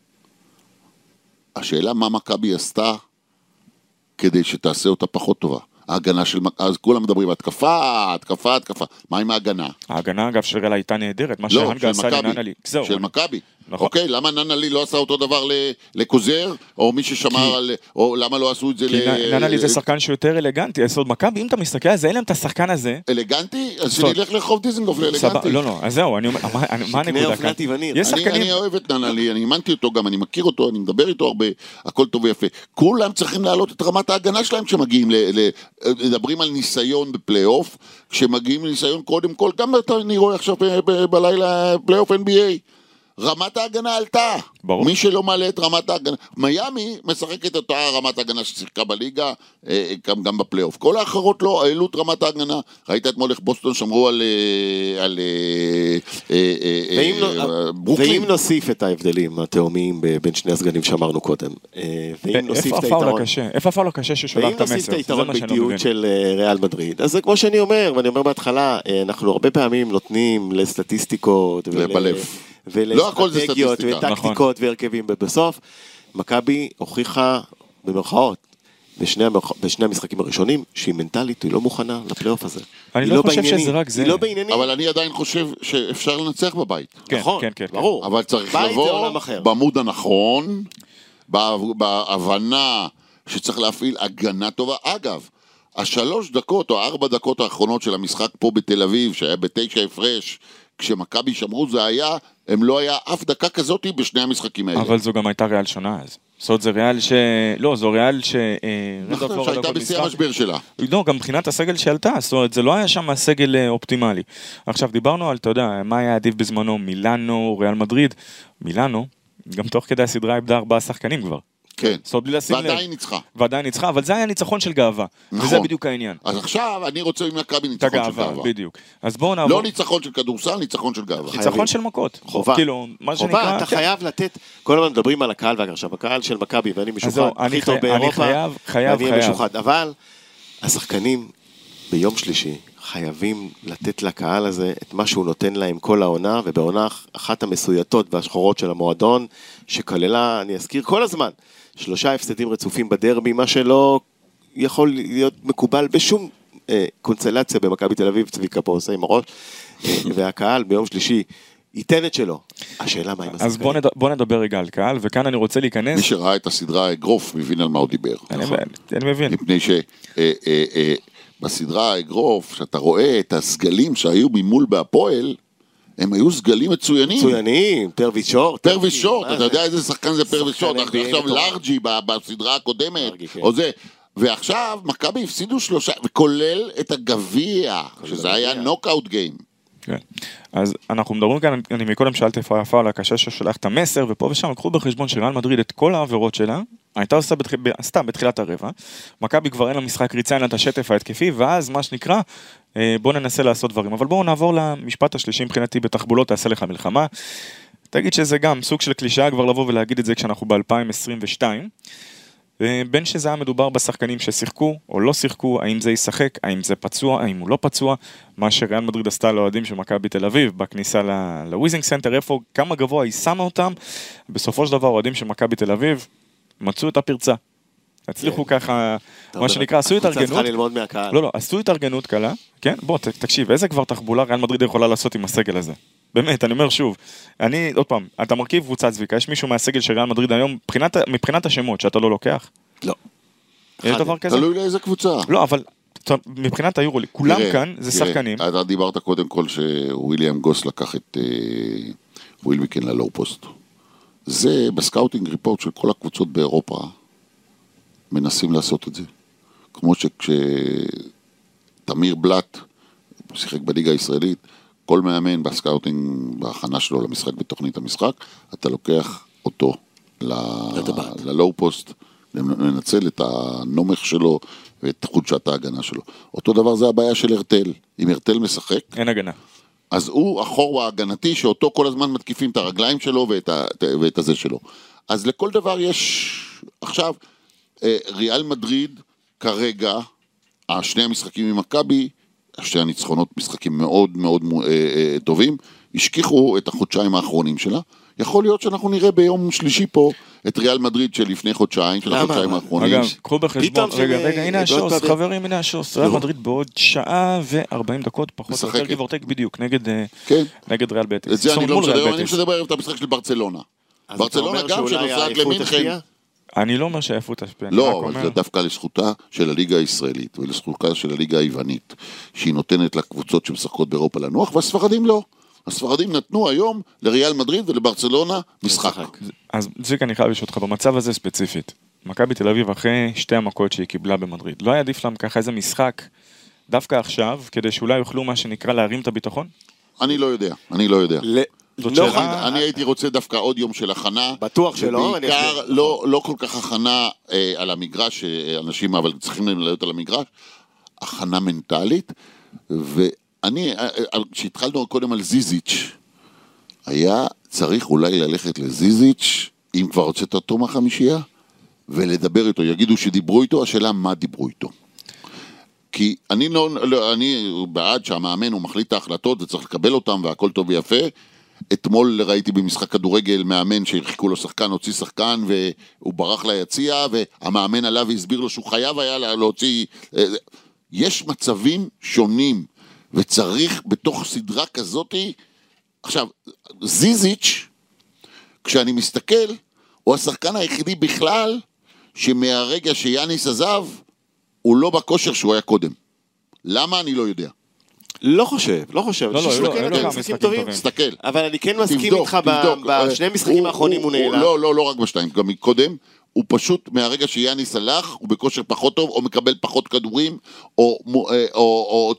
השאלה מה מכבי עשתה כדי שתעשה אותה פחות טובה. ההגנה של אז כולם מדברים התקפה. מה עם ההגנה? ההגנה אגב של ריאל הייתה נהדרת, מה שהנגה עשה לננלי. של מכבי. אוקיי, למה ננלי לא עשה אותו דבר לקוזר, או מי ששמר על, או למה לא עשו את זה ננלי זה שחקן שיותר אלגנטי, אז עוד מכבי, אם אתה מסתכל על זה, אין להם את השחקן הזה. אלגנטי? אז שנלך לרחוב דיזנגוף לאלגנטי. לא, אז זהו, מה הנקודה כאן? אני אוהב את ננלי, אני אימנתי אותו גם, אני מכיר אותו, אני מדבר איתו הרבה, הכל טוב ויפה. כולם צריכים להעלות את רמת ההגנה שלהם כשמגיעים, מדברים על ניסיון בפלייאוף, כשמגיעים לניסיון קודם כל, גם אני רואה עכשיו בלילה פלייאוף NBA. רמת ההגנה עלתה. ברור. מי שלא מעלה את רמת ההגנה, מיאמי משחקת אותה רמת ההגנה ששיחקה בליגה, גם בפלייאוף. כל האחרות לא, העלו את רמת ההגנה. ראית אתמול איך בוסטון שמרו על ברוקלין. ואם נוסיף את ההבדלים התאומיים בין שני הסגנים שאמרנו קודם, ואם נוסיף את היתרון... איפה הפאול הקשה ששולח את המסר? ואם נוסיף את היתרון בידיעות של ריאל מדריד, אז זה כמו שאני אומר, ואני אומר בהתחלה, אנחנו הרבה פעמים נותנים לסטטיסטיקות ולאסטרטגיות וטקטיקות והרכבים, ובסוף מכבי הוכיחה במרכאות בשני המשחקים הראשונים שהיא מנטלית, היא לא מוכנה לפלייאוף הזה. אני לא חושב שזה רק זה. היא לא בעניינים. אבל אני עדיין חושב שאפשר לנצח בבית. נכון, ברור. אבל צריך לבוא במוד הנכון, בהבנה שצריך להפעיל הגנה טובה. אגב, 3 דקות או 4 דקות האחרונות של המשחק פה בתל אביב, שהיה ב9 הפרש, כשמכבי שמרו זה היה, הם לא היה אף דקה כזאת בשני המשחקים האלה. אבל זו גם הייתה ריאל שונה אז. זאת אומרת, זה ריאל לא, זו ריאל נכון, שהייתה בשיא המשבר שלה. לא, גם מבחינת הסגל שעלתה, זאת אומרת, זה לא היה שם סגל אופטימלי. עכשיו, דיברנו על, אתה יודע, מה היה עדיף בזמנו, מילאנו, ריאל מדריד, מילאנו, גם תוך כדי הסדרה איבדה 4 שחקנים כבר. כן, ועדיין ניצחה, אבל זה היה ניצחון של גאווה, וזה בדיוק העניין. אז עכשיו אני רוצה עם מכבי ניצחון של גאווה. בדיוק. אז בואו נעבור. לא ניצחון של כדורסל, ניצחון של גאווה. ניצחון של מכות. חובה. כאילו, מה שנקרא... חובה, אתה חייב לתת, כל הזמן מדברים על הקהל, ועכשיו הקהל של מכבי, ואני משוחד, הכי טוב באירופה, ואני משוחד. אבל השחקנים ביום שלישי חייבים לתת לקהל הזה את מה שהוא נותן להם כל העונה, ובעונה אחת המסויטות והשחורות של המועדון, שכללה, אני אזכיר כל הזמן, 3 הפסדים רצופים בדרבי, מה שלא יכול להיות מקובל בשום קונסטלציה במכבי תל אביב, צביקה פה עושה עם הראש, והקהל ביום שלישי ייתן את שלו. השאלה מה עם השחקנים. אז בוא נדבר רגע על קהל, וכאן אני רוצה להיכנס... מי שראה את הסדרה אגרוף מבין על מה הוא דיבר. אני מבין. מפני שבסדרה אגרוף, שאתה רואה את הסגלים שהיו ממול בהפועל, הם היו סגלים מצוינים. מצוינים, פרוויס שורט. פרוויס שורט, אתה יודע איזה שחקן זה פרוויס שורט. עכשיו לארג'י בסדרה הקודמת, או זה. ועכשיו מכבי הפסידו 3, וכולל את הגביע, שזה היה נוקאוט גיים. כן. אז אנחנו מדברים כאן, אני מקודם שאלתי איפה הפאול הקשה ששולח את המסר, ופה ושם לקחו בחשבון שריאל מדריד את כל העבירות שלה, הייתה עשתה בתחילת הרבע, מכבי כבר אין לה משחק ריצה, אין לה את השטף ההתקפי, ואז מה שנקרא, בואו ננסה לעשות דברים. אבל בואו נעבור למשפט השלישי מבחינתי בתחבולות, תעשה לך מלחמה. תגיד שזה גם סוג של קלישאה כבר לבוא ולהגיד את זה כשאנחנו ב-2022, בין שזה היה מדובר בשחקנים ששיחקו או לא שיחקו, האם זה ישחק, האם זה פצוע, האם הוא לא פצוע, מה שריאל מדריד עשתה לאוהדים של מכבי תל אביב, בכניסה לוויזינג סנטר, איפה, כמה גבוה היא שמה אותם, בסופו של דבר אוהדים של מכבי תל אביב, מצאו את הפרצה. הצליחו ככה, מה שנקרא, עשו התארגנות. לא, עשו התארגנות קלה, כן? בוא, תקשיב, איזה כבר תחבולה ריאל מדריד יכולה לעשות עם הסגל הזה? באמת, אני אומר שוב, עוד פעם, אתה מרכיב קבוצת צביקה, יש מישהו מהסגל של ריאל מדריד היום, מבחינת השמות שאתה לא לוקח? לא. יש דבר כזה? תלוי לאיזה קבוצה. לא, אבל מבחינת היורו, כולם כאן זה שחקנים. אתה דיברת קודם כל שוויליאם גוס לקח את ווילביקן ללואו פוסט. זה בסקאוטינג ריפורט של כל הקבוצות באירופה מנסים לעשות את זה. כמו שתמיר בלט שיחק בליגה הישראלית, כל מאמן בסקאוטינג, בהכנה שלו למשחק, בתוכנית המשחק, אתה לוקח אותו ללואו פוסט, לנצל את הנומך שלו ואת חודשת ההגנה שלו. אותו דבר זה הבעיה של הרטל. אם הרטל משחק, אין הגנה. אז הוא החור ההגנתי שאותו כל הזמן מתקיפים את הרגליים שלו ואת הזה שלו. אז לכל דבר יש, עכשיו, ריאל מדריד כרגע, שני המשחקים עם מכבי, שתי הניצחונות משחקים מאוד מאוד טובים, השכיחו את החודשיים האחרונים שלה. יכול להיות שאנחנו נראה ביום שלישי פה את ריאל מדריד של לפני חודשיים, של החודשיים האחרונים. אגב, קחו בחשבון, רגע, הנה השוס, חברים, הנה השוס, ריאל מדריד בעוד שעה ו40 דקות, פחות או יותר גיברטק בדיוק, נגד ריאל בטיס. את זה אני לא משדר, אני משדר בערב את המשחק של ברצלונה. ברצלונה גם שנוסעת למינכן. אני לא אומר שעייפו את השפעה. לא, אבל זה דווקא לזכותה של הליגה הישראלית, ולזכותה של הליגה היוונית, שהיא נותנת לקבוצות שמשחקות באירופה לנוח, והספרדים לא. הספרדים נתנו היום לריאל מדריד ולברצלונה משחק. אז צביקה, אני חייב לשאול אותך, במצב הזה ספציפית, מכבי תל אביב אחרי 2 המכות שהיא קיבלה במדריד, לא היה עדיף להם ככה איזה משחק דווקא עכשיו, כדי שאולי יוכלו מה שנקרא להרים את הביטחון? אני לא יודע. זאת שאלה... אני הייתי רוצה דווקא עוד יום של הכנה. בטוח שלא. בעיקר לא כל כך הכנה על המגרש, אנשים אבל צריכים להיות על המגרש, הכנה מנטלית, ואני, כשהתחלנו קודם על זיזיץ', היה צריך אולי ללכת לזיזיץ', אם כבר הוצאת אותו מהחמישייה, ולדבר איתו. יגידו שדיברו איתו, השאלה מה דיברו איתו. כי אני בעד שהמאמן הוא מחליט את ההחלטות וצריך לקבל אותם והכל טוב ויפה. אתמול ראיתי במשחק כדורגל מאמן שהרחיקו לו שחקן, הוציא שחקן והוא ברח ליציע והמאמן עליו והסביר לו שהוא חייב היה להוציא. יש מצבים שונים וצריך בתוך סדרה כזאת. עכשיו, זיזיץ', כשאני מסתכל, הוא השחקן היחידי בכלל שמהרגע שיאניס עזב, הוא לא בכושר שהוא היה קודם. למה? אני לא יודע. לא חושב. משחקים טובים. תסתכל. אבל אני כן מסכים איתך בשני משחקים האחרונים הוא נעלם. לא רק בשניים, גם מקודם. הוא פשוט מהרגע שיאניס הלך, הוא בכושר פחות טוב, או מקבל פחות כדורים, או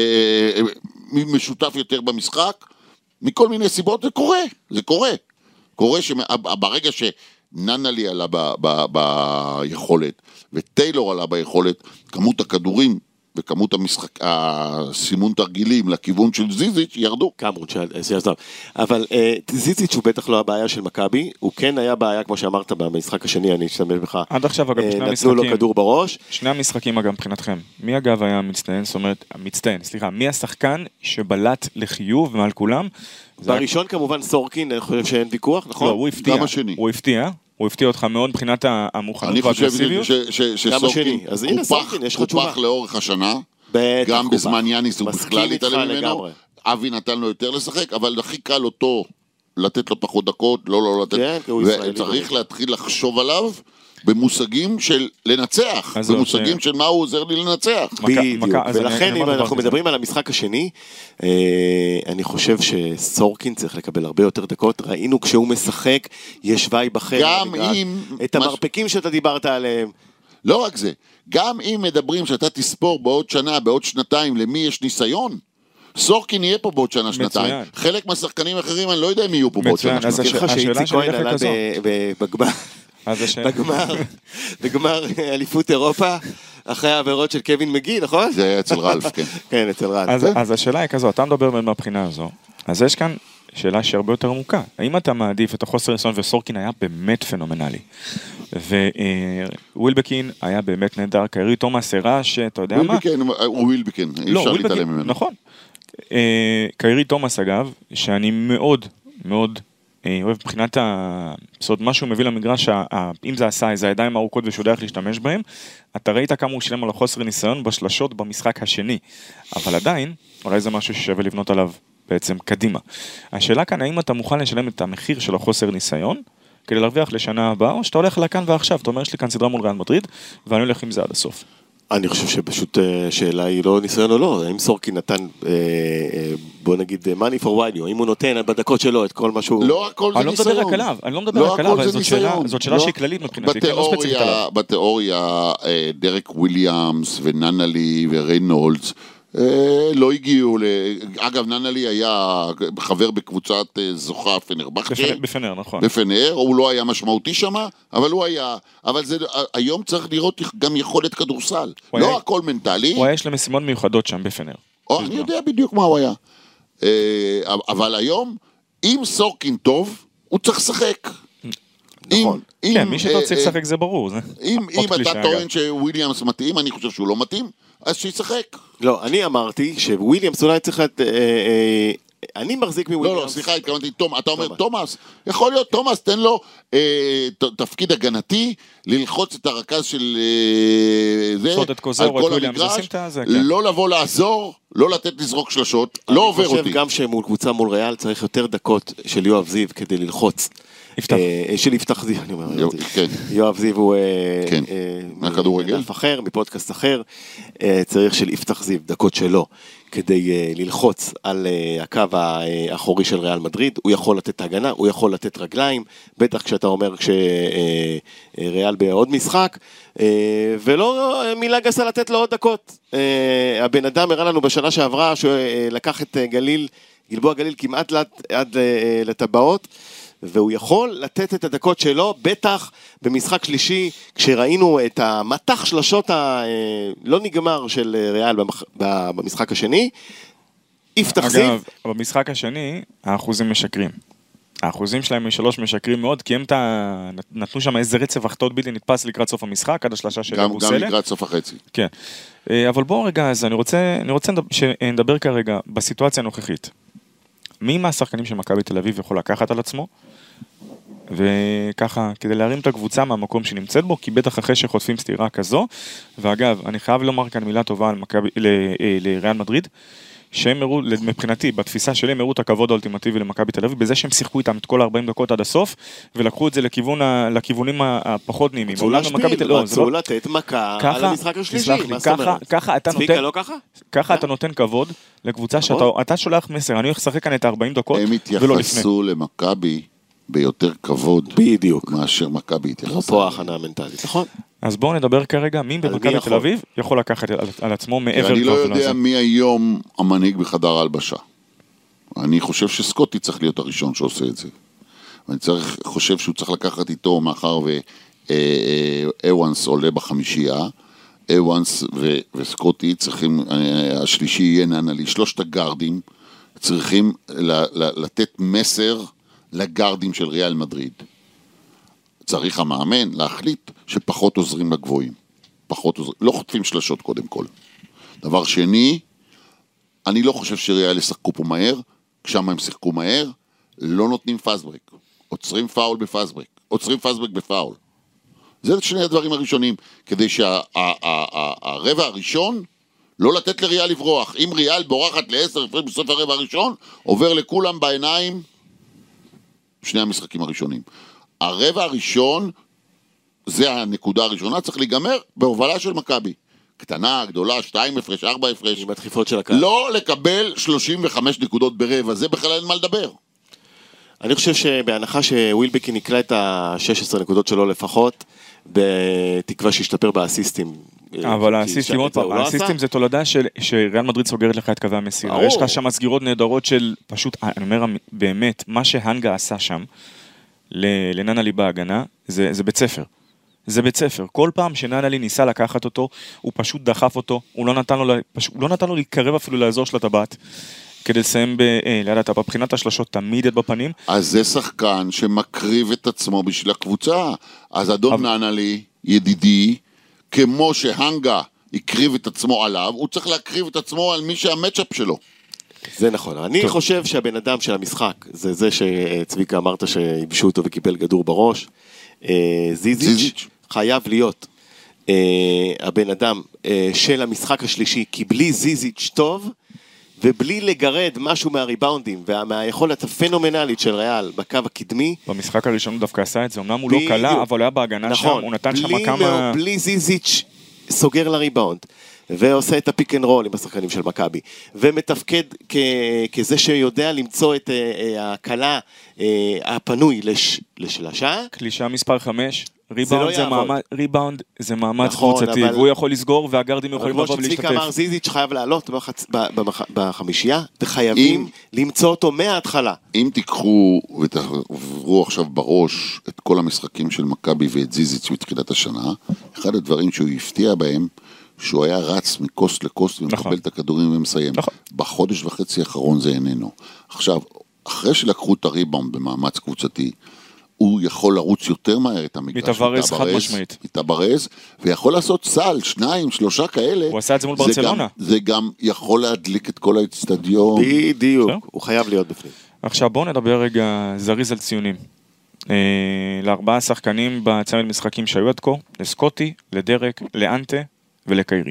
משותף יותר במשחק. מכל מיני סיבות זה קורה. קורה שברגע שננלי עלה ביכולת, וטיילור עלה ביכולת, כמות הכדורים וכמות הסימון תרגילים לכיוון של זיזיץ' ירדו. כמות שיעזב. אבל זיזיץ' הוא בטח לא הבעיה של מכבי, הוא כן היה בעיה, כמו שאמרת, במשחק השני, אני אשתמש בך. עד עכשיו, אגב, בשני המשחקים. נתנו לו כדור בראש. שני המשחקים, אגב, מבחינתכם. מי, אגב, היה מצטיין? מי השחקן שבלט לחיוב מעל כולם? בראשון, כמובן, סורקין, אני חושב שאין ויכוח, נכון? לא, הוא הפתיע. גם השני. הוא הפתיע אותך מאוד מבחינת המוכנות והאגרסיביות. גם השני. אז הנה סורקין, יש לך תשובה. הוא פח לאורך השנה, גם בזמן יאניס הוא בכלל התעלם ממנו. אבי נתן לו יותר לשחק, אבל הכי קל אותו לתת לו פחות דקות, לא לתת, וצריך להתחיל לחשוב עליו במושגים של לנצח, במושגים של מה הוא עוזר לי לנצח. בדיוק, ולכן אם אנחנו מדברים על המשחק השני, אני חושב שסורקין צריך לקבל הרבה יותר דקות, ראינו כשהוא משחק, יש וייב אחר, את המרפקים שאתה דיברת עליהם. לא רק זה, גם אם מדברים שאתה תספור בעוד שנה, בעוד שנתיים, למי יש ניסיון, סורקין יהיה פה בעוד שנה, שנתיים. חלק מהשחקנים האחרים, אני לא יודע אם יהיו פה בעוד שנה. אז השאלה שלי עלה בגמר אליפות אירופה, אחרי העבירות של קווין מגי, נכון? זה היה אצל רלף, כן. כן, אצל רלף. אז השאלה היא כזו, אתה מדבר מהבחינה הזו, אז יש כאן שאלה שהרבה יותר עמוקה. האם אתה מעדיף את החוסר ניסיון, וסורקין היה באמת פנומנלי, ווילבקין היה באמת נהדר, קיירי תומאס הראה שאתה יודע מה? ווילבקין, אי אפשר להתעלם ממנו. נכון. קיירי תומאס אגב, שאני מאוד מאוד אוהב מבחינת מה שהוא מביא למגרש, אם זה עשה, זה הידיים הארוכות ושהוא יודע איך להשתמש בהם, אתה ראית כמה הוא שילם על החוסר ניסיון בשלשות במשחק השני, אבל עדיין, אולי זה משהו ששווה לבנות עליו בעצם קדימה. השאלה כאן, האם אתה מוכן לשלם את המחיר של החוסר ניסיון, כדי להרוויח לשנה הבאה, או שאתה הולך לכאן ועכשיו, אתה אומר, יש לי כאן סדרה מול ריאל מדריד, ואני הולך עם זה עד הסוף. אני חושב שפשוט שאלה היא לא ניסיון או לא, האם סורקין נתן, בוא נגיד, money for value, האם הוא נותן בדקות שלו את כל משהו... לא הכל זה ניסיון. אני לא מדבר רק עליו, זאת שאלה שהיא כללית מבחינתי, בתיאוריה, דרק וויליאמס וננלי וריינולדס, לא הגיעו, אגב ננלי היה חבר בקבוצת זוכה פנרבכצ'ה, בפנר, נכון. בפנר, הוא לא היה משמעותי שם, אבל הוא היה, אבל היום צריך לראות גם יכולת כדורסל, לא הכל מנטלי. הוא היה יש למשימות מיוחדות שם בפנר. אני יודע בדיוק מה הוא היה. אבל היום, אם סורקין טוב, הוא צריך לשחק. נכון. כן, מי שאתה צריך לשחק זה ברור. אם אתה טוען שוויליאמס מתאים, אני חושב שהוא לא מתאים, אז שישחק. לא, אני אמרתי שוויליאמס אולי צריך אני מחזיק מוויליאמס. לא, סליחה, התכוונתי, אתה אומר תומאס, יכול להיות תומאס, תן לו תפקיד הגנתי, ללחוץ את הרכז של זה, על כל המגרש, לא לבוא לעזור, לא לתת לזרוק שלשות, לא עובר אותי. אני חושב גם שמול קבוצה מול ריאל צריך יותר דקות של יואב זיו כדי ללחוץ של יפתח זיו, אני אומר, כן. יואב זיו הוא כן. מהכדורגל? מענף אחר, מפודקאסט אחר, צריך של יפתח זיו, דקות שלו, כדי ללחוץ על הקו האחורי של ריאל מדריד, הוא יכול לתת הגנה, הוא יכול לתת רגליים, בטח כשאתה אומר כשריאל בעוד משחק, ולא מילה גסה לתת לו עוד דקות. הבן אדם הראה לנו בשנה שעברה, שלקח את גלבוע גליל כמעט עד לטבעות, והוא יכול לתת את הדקות שלו, בטח במשחק שלישי, כשראינו את המתח שלשות הלא נגמר של ריאל במשחק השני, יפתח זיו. אגב, במשחק השני, האחוזים משקרים. האחוזים שלהם משלוש משקרים מאוד, כי הם נתנו שם איזה רצף החטאות בלתי נתפס לקראת סוף המשחק, עד השלשה של אבוסלה. גם לקראת סוף החצי. כן. אבל בואו רגע, אז אני רוצה שנדבר כרגע בסיטואציה הנוכחית. מי מהשחקנים של מכבי תל אביב יכול לקחת על עצמו, וככה, כדי להרים את הקבוצה מהמקום שנמצאת בו, כי בטח אחרי שחוטפים סתירה כזו, ואגב, אני חייב לומר כאן מילה טובה לריאל מדריד, שהם הראו, מבחינתי, בתפיסה שלי, הם הראו את הכבוד האולטימטיבי למכבי תל אביב, בזה שהם שיחקו איתם את כל 40 דקות עד הסוף, ולקחו את זה לכיוונים הפחות נעימים. רצו לתת מכה על המשחק השלישי, מה זאת אומרת? צביקה לא ככה? ככה אתה נותן כבוד לקבוצה שאתה שולח מסר, אני הולך לשחק כאן את 40 דקות, ולא לפני. הם התייחסו למכבי ביותר כבוד, בדיוק, מאשר מכבי התייחסה. פה ההכנה המנטלית, נכון? אז בואו נדבר כרגע, מי במכבי תל אביב יכול לקחת על עצמו מעבר אני לא יודע מי היום המנהיג בחדר ההלבשה. אני חושב שסקוטי צריך להיות הראשון שעושה את זה. אני חושב שהוא צריך לקחת איתו, מאחר ואיוונס עולה בחמישייה, איוונס וסקוטי צריכים, השלישי יהיה ננלי, שלושת הגארדים צריכים לתת מסר לגארדים של ריאל מדריד. צריך המאמן להחליט שפחות עוזרים לגבוהים. פחות עוזרים, לא חוטפים שלשות קודם כל. דבר שני, אני לא חושב שריאל ישחקו פה מהר, כשם הם שיחקו מהר, לא נותנים פאסברק. עוצרים פאול בפאסברק. עוצרים פאסברק בפאול. זה שני הדברים הראשונים, כדי שהרבע הראשון לא לתת לריאל לברוח. אם ריאל בורחת ל10 בסוף הרבע הראשון, עובר לכולם בעיניים שני המשחקים הראשונים. הרבע הראשון, זה הנקודה הראשונה, צריך להיגמר בהובלה של מכבי. קטנה, גדולה, 2 הפרש, 4 הפרש. עם הדחיפות של הקהל. לא לקבל 35 נקודות ברבע, זה בכלל אין מה לדבר. אני חושב שבהנחה שווילבקין נקלע את ה-16 נקודות שלו לפחות, בתקווה שישתפר באסיסטים. אבל האסיסטים, עוד פעם, האסיסטים זה תולדה שריאל מדריד סוגרת לך את קווי המסירה. יש לך שם סגירות נהדרות של פשוט, אני אומר באמת, מה שהנגה עשה שם, לננלי בהגנה, זה בית ספר. זה בית ספר. כל פעם שננלי ניסה לקחת אותו, הוא פשוט דחף אותו, הוא לא נתן לו להתקרב אפילו לאזור של הטבעת, כדי לסיים ליד הטבעת. מבחינת השלשות תמיד את בפנים. אז זה שחקן שמקריב את עצמו בשביל הקבוצה. אז אדון ננלי, ידידי, כמו שהנגה הקריב את עצמו עליו, הוא צריך להקריב את עצמו על מי שהמצ'אפ שלו. זה נכון. אני חושב שהבן אדם של המשחק, זה שצביקה אמרת שיבשו אותו וקיבל גדור בראש, זיזיץ' חייב להיות הבן אדם של המשחק השלישי, כי בלי זיזיץ' טוב, ובלי לגרד משהו מהריבאונדים, ומהיכולת הפנומנלית של ריאל בקו הקדמי. במשחק הראשון הוא דווקא עשה את זה, אמנם הוא לא קלה, אבל הוא היה בהגנה שם, הוא נתן שם כמה... בלי זיזיץ' סוגר לריבאונד, ועושה את הפיק אנד רול עם השחקנים של מכבי, ומתפקד כזה שיודע למצוא את הקלה הפנוי לשלשה. קלישה מספר 5, ריבאונד זה מאמץ קבוצתי, והוא יכול לסגור והגרדים יכולים לבוא ולהשתתף. צביקה אמר זיזיץ' חייב לעלות בחמישייה, וחייבים למצוא אותו מההתחלה. אם תיקחו ותעברו עכשיו בראש את כל המשחקים של מכבי ואת זיזיץ' מתחילת השנה, אחד הדברים שהוא הפתיע בהם, שהוא היה רץ מקוסט לקוסט ומקבל את הכדורים ומסיים. בחודש וחצי האחרון זה איננו. עכשיו, אחרי שלקחו את הריבאונד במאמץ קבוצתי, הוא יכול לרוץ יותר מהר את המגרש. מתברז חד משמעית. מתברז, ויכול לעשות סל, 2, 3 כאלה. הוא עשה את זה מול ברצלונה. זה גם יכול להדליק את כל האצטדיון. בדיוק, הוא חייב להיות בפנים. עכשיו בואו נדבר רגע זריז על ציונים. ל4 שחקנים בצמד משחקים שהיו עד כה, לסקוטי, לדרק, לאנטה ולקיירי.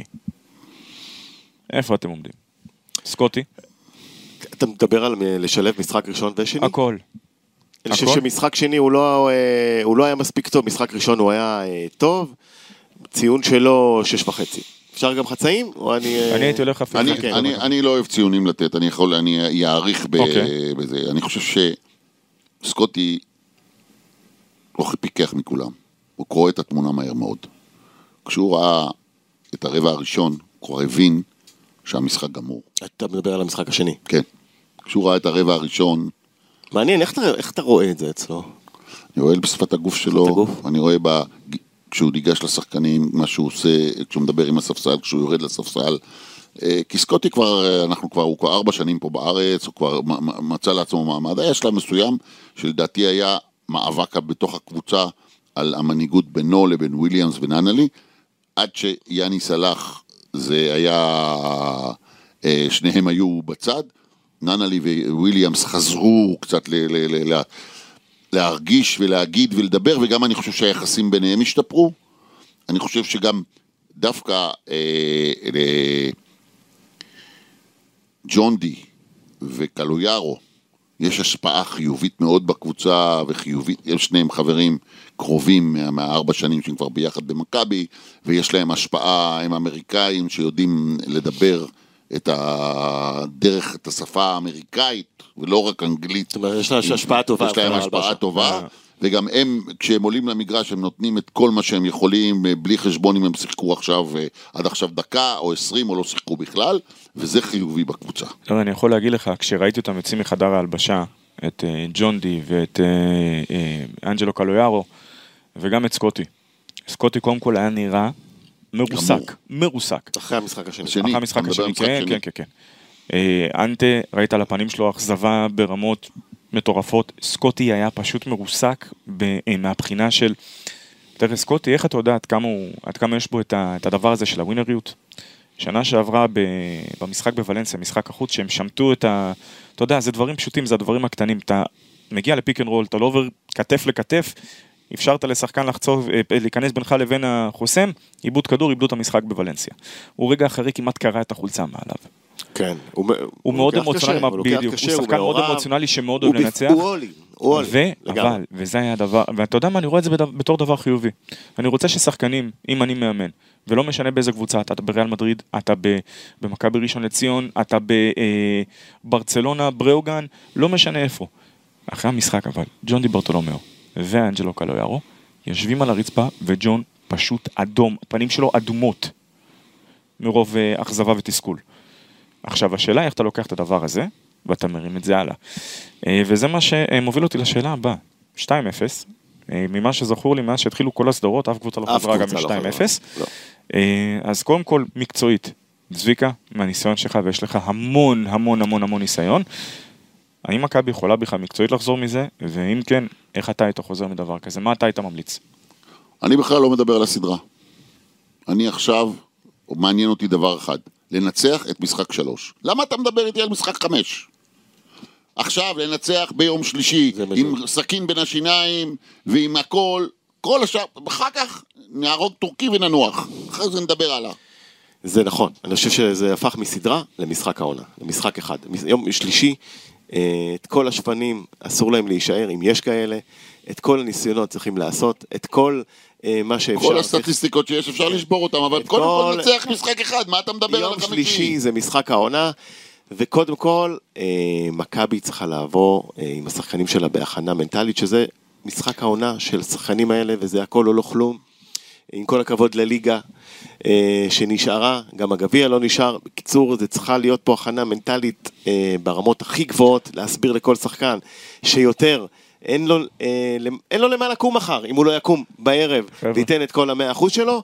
איפה אתם עומדים? סקוטי? אתה מדבר על לשלב משחק ראשון ושני? הכל. אני חושב שמשחק שני הוא לא היה מספיק טוב, משחק ראשון הוא היה טוב, ציון שלו 6.5. אפשר גם חצאים? אני הייתי הולך אפילו. אני לא אוהב ציונים לתת, אני אעריך בזה. אני חושב שסקוטי לא פיקח מכולם. הוא קורא את התמונה מהר מאוד. כשהוא ראה את הרבע הראשון, הוא כבר הבין שהמשחק גמור. אתה מדבר על המשחק השני. כן. כשהוא ראה את הרבע הראשון... מעניין, איך אתה רואה את זה אצלו? אני רואה בשפת הגוף שלו, אני רואה כשהוא ניגש לשחקנים, מה שהוא עושה, כשהוא מדבר עם הספסל, כשהוא יורד לספסל. כי סקוטי הוא כבר 4 שנים פה בארץ, הוא כבר מצא לעצמו מעמד. היה שלב מסוים שלדעתי היה מאבק בתוך הקבוצה על המנהיגות בינו לבין וויליאמס וננלי, עד שיאני סלח זה היה, שניהם היו בצד, ננלי וויליאמס חזרו קצת להרגיש ולהגיד ולדבר, וגם אני חושב שהיחסים ביניהם השתפרו. אני חושב שגם דווקא ג'ון די וקלויארו יש השפעה חיובית מאוד בקבוצה, וחיובית, הם שניהם חברים קרובים מה4 שנים שהם כבר ביחד במכבי, ויש להם השפעה, הם אמריקאים שיודעים לדבר את הדרך, את השפה האמריקאית, ולא רק אנגלית. זאת אומרת, יש להם השפעה טובה. יש להם השפעה טובה, וגם הם, כשהם עולים למגרש, הם נותנים את כל מה שהם יכולים, בלי חשבון אם הם שיחקו עכשיו, עד עכשיו דקה או 20, או לא שיחקו בכלל, וזה חיובי בקבוצה. לא, אני יכול להגיד לך, כשראיתי אותם יוצאים מחדר ההלבשה, את ג'ון די ואת אנג'לו קלויארו, וגם את סקוטי. סקוטי קודם כל היה נראה מרוסק. אחרי המשחק השני. אחרי המשחק השני, כן. אנטה, ראית על הפנים שלו אכזבה ברמות מטורפות. סקוטי היה פשוט מרוסק מהבחינה של... תראה, סקוטי, איך אתה יודע עד כמה יש בו את הדבר הזה של הווינריות? שנה שעברה במשחק בוולנסיה, משחק החוץ, שהם שמטו את אתה יודע, זה דברים פשוטים, זה הדברים הקטנים. אתה מגיע לפיק אנד רול, אתה לא עובר כתף לכתף, אפשרת לשחקן להיכנס בינך לבין החוסם, איבוד כדור, איבדו את המשחק בוולנסיה. הוא רגע אחרי כמעט קרא את החולצה מעליו. כן. הוא מאוד אמוציונלי, בדיוק, הוא שחקן מאוד אמוציונלי שמאוד אוהב לנצח. הוא וזה היה הדבר, ואתה יודע מה, אני רואה את זה בתור דבר חיובי. אני רוצה ששחקנים, אם אני מאמן, ולא משנה באיזה קבוצה, אתה בריאל מדריד, אתה במכבי ראשון לציון, אתה בברצלונה, בראוגן, לא משנה איפה. אחרי המשחק אבל, ג'ון די ברטולומיאו ואנג'לו קלויארו יושבים על הרצפה, וג'ון פשוט אדום, הפנים שלו אדומות, מרוב אכזבה ותסכול. עכשיו, השאלה איך אתה לוקח את הדבר הזה, ואתה מרים את זה הלאה. וזה מה שמוביל אותי לשאלה הבאה. 2-0, ממה שזכור לי, מאז שהתחילו כל הסדרות, אף קבוצה לא חזרה גם מ-2-0. אז קודם כל, מקצועית, צביקה, מהניסיון שלך, ויש לך המון המון המון המון ניסיון, האם מכבי יכולה בכלל מקצועית לחזור מזה, ואם כן, איך אתה היית חוזר מדבר כזה? מה אתה היית ממליץ? אני בכלל לא מדבר על הסדרה. אני עכשיו, מעניין אותי דבר אחד, לנצח את משחק 3. למה אתה מדבר איתי על משחק 5? עכשיו לנצח ביום שלישי, עם סכין בין השיניים, ועם הכל, כל השאר, אחר כך נהרוג טורקי וננוח. אחרי זה נדבר הלאה. זה נכון, אני חושב שזה הפך מסדרה למשחק העונה, למשחק אחד. יום שלישי, את כל השפנים אסור להם להישאר, אם יש כאלה, את כל הניסיונות צריכים לעשות, את כל מה שאפשר. כל הסטטיסטיקות שיש אפשר לשבור אותם, אבל קודם כל נצח משחק אחד, מה אתה מדבר על החמישי? יום שלישי זה משחק העונה, וקודם כל, מכבי צריכה לעבור עם השחקנים שלה בהכנה מנטלית, שזה משחק העונה של השחקנים האלה, וזה הכל או לא כלום. עם כל הכבוד לליגה שנשארה, גם הגביע לא נשאר. בקיצור, זה צריכה להיות פה הכנה מנטלית ברמות הכי גבוהות, להסביר לכל שחקן שיותר אין לו למה לקום מחר, אם הוא לא יקום בערב, וייתן את כל 100% שלו,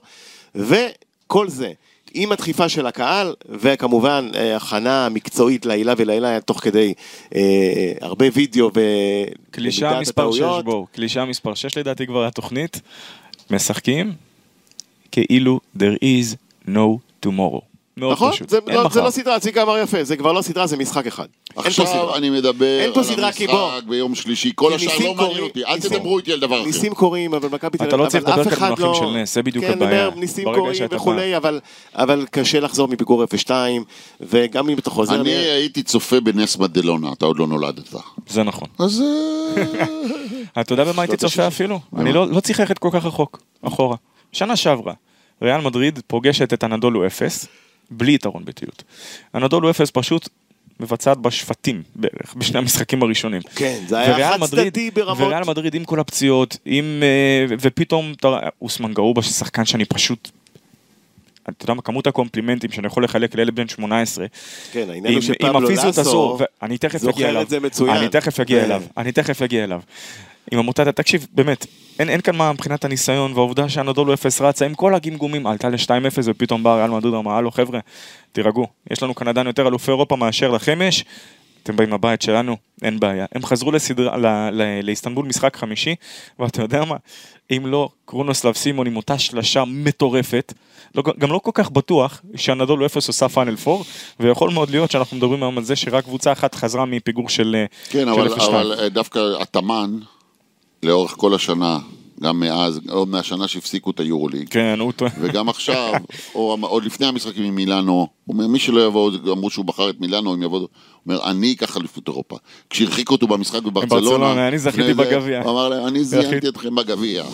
וכל זה עם הדחיפה של הקהל, וכמובן הכנה מקצועית לעילה ולעילה, תוך כדי הרבה וידאו קלישה מספר 6 בו, קלישה מספר 6 לדעתי כבר התוכנית, משחקים כאילו there is no tomorrow. מאוד נכון? פשוט. זה אין לא מחר. סדרה, ציקה אמר יפה, זה כבר לא סדרה, זה משחק אחד. אין פה עכשיו סדרה. אני מדבר אין פה על סדרה, כי בוא. המשחק ביום שלישי, כל כי השאר ניסים לא מעניין קורים, אותי, אל ניסים. תדברו איתי על דבר אחר. ניסים קורים, אבל מכבי תל אתה לא צריך לדבר אף כאן אחד במונחים לא... של נס, זה בדיוק כן, הבעיה. אומר, ניסים ברגע קורים שאתה וכולי, אבל קשה לחזור מפיגור 0-2, וגם אם אתה חוזר... אני הייתי צופה בנס מדלונה, אתה עוד לא נולדת. זה נכון. אז... אתה יודע במה הייתי צופה אפילו? אני לא צריך ללכת כל כך רחוק, אחורה. שנה שעברה, ריאל מדריד פוגשת את אנדולו אפס, בלי יתרון ביתיות. אנדולו אפס פשוט מבצעת בשפטים בערך, בשני המשחקים הראשונים. כן, זה היה חד צדדי ברמות. וריאל מדריד עם כל הפציעות, ופתאום אוסמן גרובה, ששחקן שאני פשוט... אתה יודע מה, כמות הקומפלימנטים שאני יכול לחלק לילד בן 18, כן, העניין הוא שפבלו לאסו זוכר את זה מצוין. אני תכף אגיע אליו. עם עמותת, תקשיב, באמת, אין כאן מה מבחינת הניסיון, והעובדה שאנדולו אפס רצה עם כל הגמגומים, עלתה ל-2-0 ופתאום בא ריאל מדריד, אמרה, הלו חבר'ה, תירגעו, יש לנו כאן עדיין יותר אלופי אירופה מאשר לכם יש, אתם באים לבית שלנו, אין בעיה. הם חזרו לאיסטנבול משחק חמישי, ואתה יודע מה, אם לא, קרונוסלב סימון עם אותה שלשה מטורפת, גם לא כל כך בטוח שאנדולו אפס עושה פיינל 4, ויכול מאוד להיות שאנחנו מדברים היום על זה שרק קבוצה אחת חזרה מפיגור של 0-2. כן, אבל דווקא התאמן, לאורך כל השנה, גם מאז, או מהשנה שהפסיקו את היורוליג, כן, וגם עכשיו, או עוד לפני המשחקים עם מילאנו, הוא אומר, מי שלא יבוא, אמרו שהוא בחר את מילאנו, אם יבוא, הוא אומר, אני אקח אליפות אירופה. כשהרחיקו אותו במשחק בברצלונה, אני זכיתי בגביע. הוא אמר להם, אני זיינתי אתכם בגביע.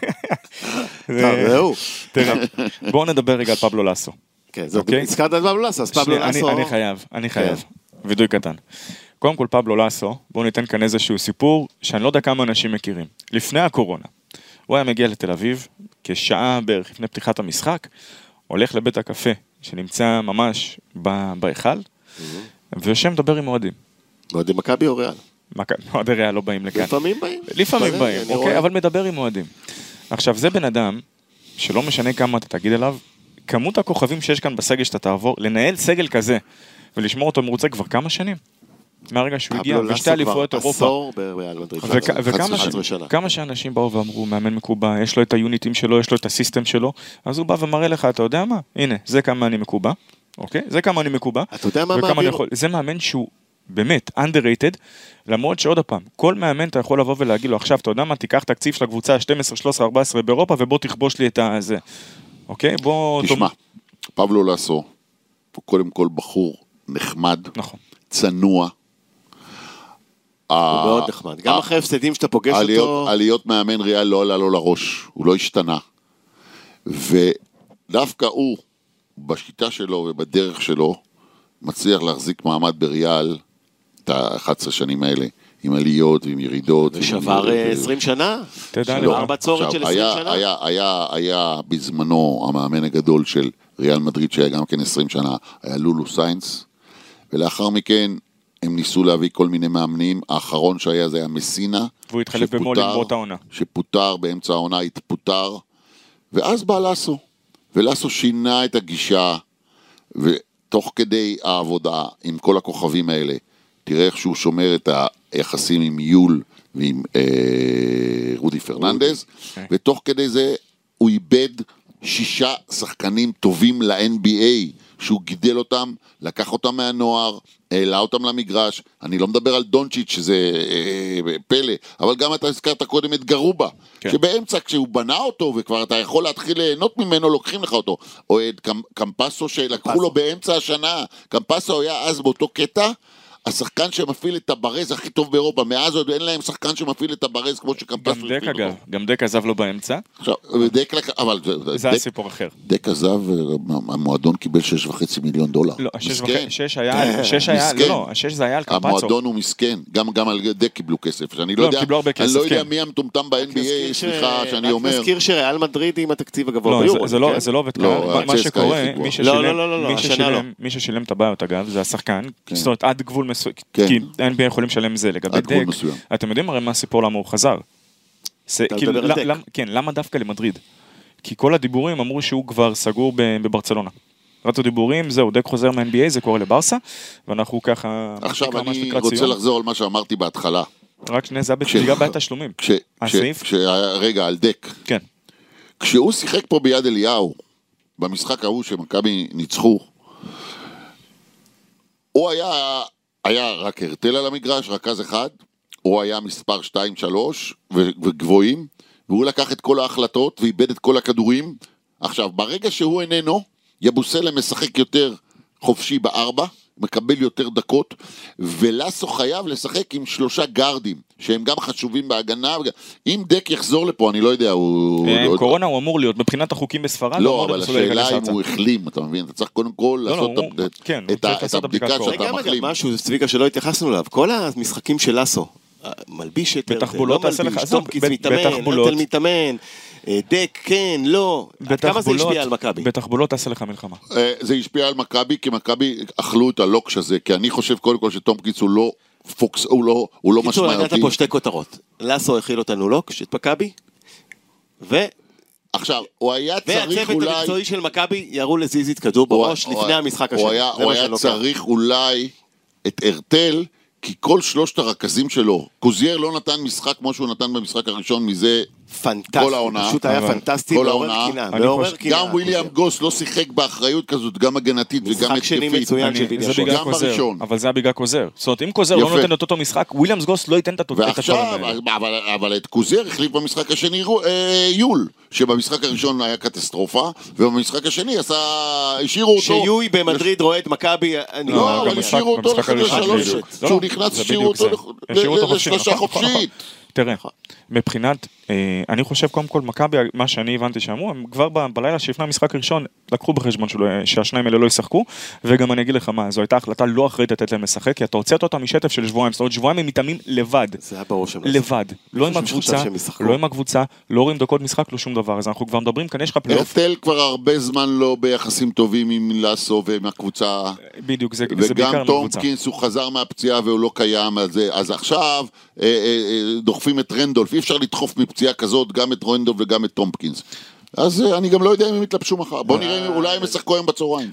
זהו. תראה, בואו נדבר רגע על פבלו לאסו. כן, הזכרת את פבלו לאסו, אז פבלו לאסו... אני חייב, וידוי קטן. קודם כל פבלו לאסו, בואו ניתן כאן איזשהו סיפור, שאני לא יודע כמה אנשים מכירים. לפני הקורונה, הוא היה מגיע לתל אביב, כשעה בערך לפני פתיחת המשחק, הולך לבית הקפה, שנמצא ממש בהיכל, ויושב מדבר עם אוהדים. אוהדי מכבי או ריאל? אוהדי ריאל לא באים לכאן. לפעמים באים, אוקיי, אבל מדבר עם אוהדים. עכשיו, זה בן אדם, שלא משנה כמה אתה תגיד אליו, כמות הכוכבים שיש כאן בסגל שאתה תעבור, לנהל סגל כזה, ולשמור אותו מרוצה כבר כמה שנים? מהרגע שהוא הגיע, ושתי אליפויות אירופה. עשור בריאל מדריד. וכמה שאנשים באו ואמרו, מאמן מקובע, יש לו את היוניטים שלו, יש לו את הסיסטם שלו, אז הוא בא ומראה לך, אתה יודע מה? הנה, זה כמה אני מקובע, אוקיי? זה כמה אני מקובע. אתה יודע מה מעביר? זה מאמן שהוא באמת underrated, למרות שעוד הפעם, כל מאמן אתה יכול לבוא ולהגיד לו, עכשיו, אתה יודע מה? תיקח תקציב של הקבוצה 12, 13, 14 באירופה, ובוא תכבוש לי את זה. אוקיי? בוא... תשמע, פבלו לאסו, הוא קודם כל בחור נחמד, צנוע, הוא מאוד נחמד. גם אחרי הפסדים שאתה פוגש אותו... עליות מאמן ריאל לא עלה לו לראש, הוא לא השתנה. ודווקא הוא, בשיטה שלו ובדרך שלו, מצליח להחזיק מעמד בריאל את ה-11 שנים האלה, עם עליות ועם ירידות. ושבר 20 שנה? תדע לי. 4 צורת של 20 שנה? היה בזמנו המאמן הגדול של ריאל מדריד, שהיה גם כן 20 שנה, היה לולו סיינס, ולאחר מכן הם ניסו להביא כל מיני מאמנים, האחרון שהיה זה היה מסינה, והוא התחלף במולים באותה עונה. שפוטר באמצע העונה, התפוטר, ואז בא לאסו, ולאסו שינה את הגישה, ותוך כדי העבודה עם כל הכוכבים האלה, תראה איך שהוא שומר את היחסים עם יול ועם רודי פרננדז, ותוך כדי זה הוא איבד 6 שחקנים טובים ל-NBA, שהוא גידל אותם, לקח אותם מהנוער, העלה אותם למגרש. אני לא מדבר על דונצ'יץ' שזה פלא, אבל גם אתה הזכרת קודם את גרובה, שבאמצע כשהוא בנה אותו, וכבר אתה יכול להתחיל ליהנות ממנו, לוקחים לך אותו. או את קמפסו שלקחו לו באמצע השנה, קמפסו היה אז באותו קטע, השחקן שמפעיל את הברז הכי טוב באירופה, מאז עוד אין להם שחקן שמפעיל את הברז כמו שקמפסו הפעיל אותו. גם דק אגב, גם דק עזב לו באמצע. עכשיו, אבל זה היה סיפור אחר. דק עזב, המועדון קיבל $6.5 מיליון. לא, 6 היה, 6 היה, לא, 6 זה היה על קמפצו. המועדון הוא מסכן, גם על דק קיבלו כסף, שאני לא יודע מי המטומטם ב-NBA, סליחה שאני אומר. רק נזכיר שריאל מדריד עם התקציב הגבוה ביורו. זה לא עובד ככה, מה שקורה, מי ששילם את הבעיות אגב, זה השחקן, זאת אומרת עד גבול מסוים, כי NBA יכולים לשלם זה לגבי דק, אתם יודעים הרי מה הסיפור למה הוא חזר? כן, למה דווקא למדריד? כי כל הדיבורים אמרו שהוא כבר סגור בברצלונה. רצו דיבורים, זהו, דק חוזר מה-NBA, זה קורה לברסה, ואנחנו ככה... עכשיו אני רוצה לחזור על מה שאמרתי בהתחלה. רק שני, זה בגלל בעיית תשלומים. רגע, על דק. כן. כשהוא שיחק פה ביד אליהו, במשחק ההוא שמכבי ניצחו, הוא היה רק הרטל על המגרש, רכז אחד, הוא היה מספר 2-3 וגבוהים, והוא לקח את כל ההחלטות ואיבד את כל הכדורים. עכשיו, ברגע שהוא איננו, יבוסלם משחק יותר חופשי ב4, מקבל יותר דקות, ולסו חייב לשחק עם 3 גארדים, שהם גם חשובים בהגנה. אם דק יחזור לפה, אני לא יודע, עם קורונה הוא אמור להיות, מבחינת החוקים בספרד, לא, אבל השאלה אם הוא החלים, אתה מבין? אתה צריך קודם כל לעשות את הבדיקה שאתה מחלים. משהו, צביקה, שלא התייחסנו אליו, כל המשחקים של לסו, מלביש יותר, בתחבולות תעשה לך, טומקיץ מתאמן, רטל מתאמן, דק, כן, לא, כמה זה השפיע על מכבי? בתחבולות תעשה לך מלחמה. זה השפיע על מכבי, כי מכבי אכלו את הלוקש הזה, כי אני חושב קודם כל שטומקיץ הוא לא פוקס, הוא לא משמעותי. קיצור, נתת פה 2 כותרות, לסו הכיל אותנו לוקש, את מכבי, עכשיו, הוא היה צריך והצוות המקצועי של מכבי יראו לזיזית כדור בראש לפני המשחק השני. הוא היה צריך אולי את הרטל, כי כל 3 הרכזים שלו, קוזייר לא נתן משחק כמו שהוא נתן במשחק הראשון מזה כל העונה. פשוט היה פנטסטי, מעורר קינה. גם וויליאם גוס לא שיחק באחריות כזאת, גם הגנתית וגם התקפית. משחק שני מצוין של וויליאם גוס. גם בראשון. אבל זה היה בגלל קוזר. זאת אומרת, אם קוזר לא נותן את אותו משחק, וויליאם גוס לא ייתן את התוצאה. ועכשיו, אבל את קוזייר החליף במשחק השני יול, שבמשחק הראשון היה קטסטרופה, ובמשחק השני השאירו אותו. שיוי במדריד רואה את מכבי, לא, אבל השאירו אותו ל3, שהוא נכנס, השאירו אותו לשלושה חופשית. תראה, מבחינת, אני חושב קודם כל, מכבי, מה שאני הבנתי שאמרו, הם כבר בלילה שלפני המשחק הראשון, לקחו בחשבון שהשניים האלה לא ישחקו, וגם אני אגיד לך מה, זו הייתה החלטה לא אחראית לתת להם לשחק, כי אתה הוצאת אותם משטף של שבועיים, זאת אומרת, שבועיים הם מתאמים לבד. זה היה ברור שם. לבד. לא עם הקבוצה, לא רואים דקות משחק, לא שום דבר. אז אנחנו כבר מדברים, כאן יש לך פלייאוף. הרטל כבר הרבה זמן לא ביחסים טובים עם לסו ועם הקבוצה. בדיוק, זה בעיקר מהקבוצה. וגם טומקינס הוא חזר מהפציעה והוא לא קיים, אז עכשיו דוחפים את רנדולף, אי אפשר לדחוף מפציעה כזאת גם את רנדולף וגם את טומקינס. אז אני גם לא יודע אם הם יתלבשו מחר. בוא נראה, אולי הם ישחקו היום בצהריים.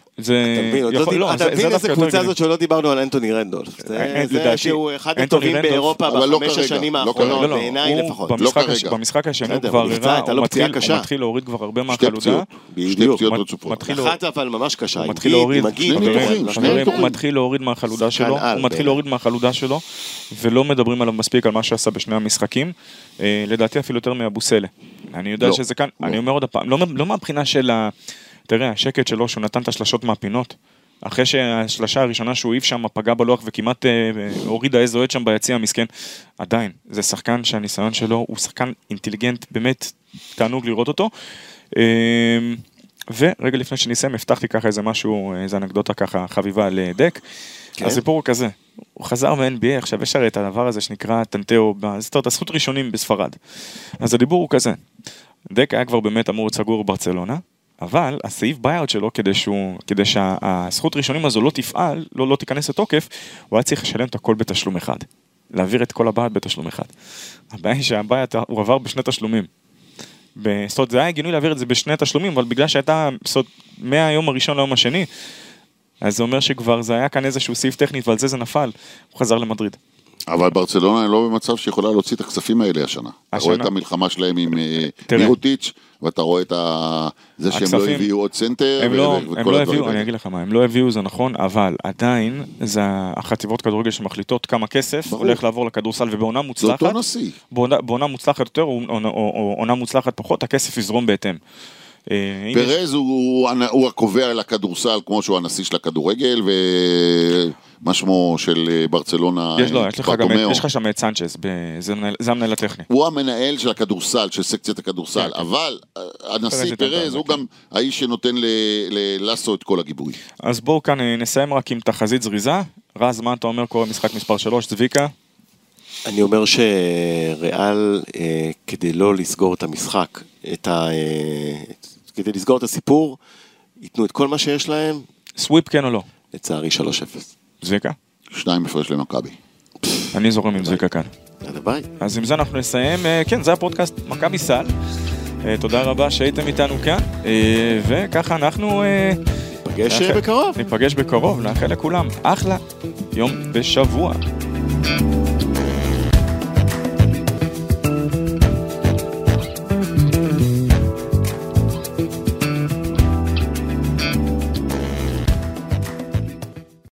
אתה מבין איזה קבוצה הזאת שלא דיברנו על אנטוני רנדולף. זה שהוא אחד הטובים באירופה ב5 השנים האחרונות, בעיניי לפחות. במשחק השני הוא כבר הראה, הוא מתחיל להוריד כבר הרבה מהחלודה. שתי פציעות רצופות. אחת אבל ממש קשה. הוא מתחיל להוריד מהחלודה שלו, ולא מדברים עליו מספיק על מה שעשה בשני המשחקים. לדעתי אפילו יותר מאבוסלה. אני יודע שזה כאן, אני אומר עוד הפעם, לא מהבחינה של, תראה, השקט שלו, שהוא נתן את השלשות מהפינות, אחרי שהשלשה הראשונה שהוא העיף שם, פגע בלוח וכמעט הוריד איזה אוהד שם ביציע המסכן, עדיין, זה שחקן שהניסיון שלו הוא שחקן אינטליגנט, באמת תענוג לראות אותו, ורגע לפני שנסיים, הבטחתי ככה איזה משהו, איזה אנקדוטה ככה חביבה על דק, הסיפור הוא כזה, הוא חזר מ-NBA, עכשיו יש הרי את הדבר הזה שנקרא טנטאו, זאת הזכות ראשונים בספרד. אז הדיבור הוא כזה, דק היה כבר באמת אמור סגור ברצלונה, אבל הסעיף ביי-אוט שלו, כדי שהזכות ראשונים הזו לא תפעל, לא תיכנס לתוקף, הוא היה צריך לשלם את הכל בתשלום אחד. להעביר את כל הבית בתשלום אחד. הבעיה היא שהבית הוא עבר בשני תשלומים. זאת אומרת, זה היה גינוי להעביר את זה בשני תשלומים, אבל בגלל שהייתה מהיום הראשון ליום השני, אז זה אומר שכבר זה היה כאן איזשהו סעיף טכנית, ועל זה נפל, הוא חזר למדריד. אבל ברצלונה לא במצב שיכולה להוציא את הכספים האלה השנה. אתה רואה את המלחמה שלהם עם מירוטיץ', ואתה רואה את זה שהם לא הביאו עוד סנטר, וכל הדברים האלה. אני אגיד לך מה, הם לא הביאו, זה נכון, אבל עדיין, זה החטיבות כדורגל שמחליטות כמה כסף, הולך לעבור לכדורסל, ובעונה מוצלחת, בעונה מוצלחת יותר, או עונה מוצלחת פחות, הכסף יזרום בהתאם. פרז הוא הקובע לכדורסל כמו שהוא הנשיא של הכדורגל, ומה שמו של ברצלונה, יש לך שם את סנצ'ז, זה המנהל הטכני. הוא המנהל של הכדורסל, של סקציית הכדורסל, אבל הנשיא פרז הוא גם האיש שנותן ללסו את כל הגיבוי. אז בואו כאן נסיים רק עם תחזית זריזה. רז, מה אתה אומר קורה משחק מספר 3, צביקה? אני אומר שריאל, כדי לא לסגור את המשחק, כדי לסגור את הסיפור, ייתנו את כל מה שיש להם. סוויפ כן או לא? לצערי 3-0. זביקה? 2 הפרש למכבי. אני זורם עם זביקה כאן. ביי. אז עם זה אנחנו נסיים. כן, זה הפודקאסט מכבי סל. תודה רבה שהייתם איתנו כאן. וככה אנחנו ניפגש בקרוב. נאחל לכולם אחלה יום בשבוע.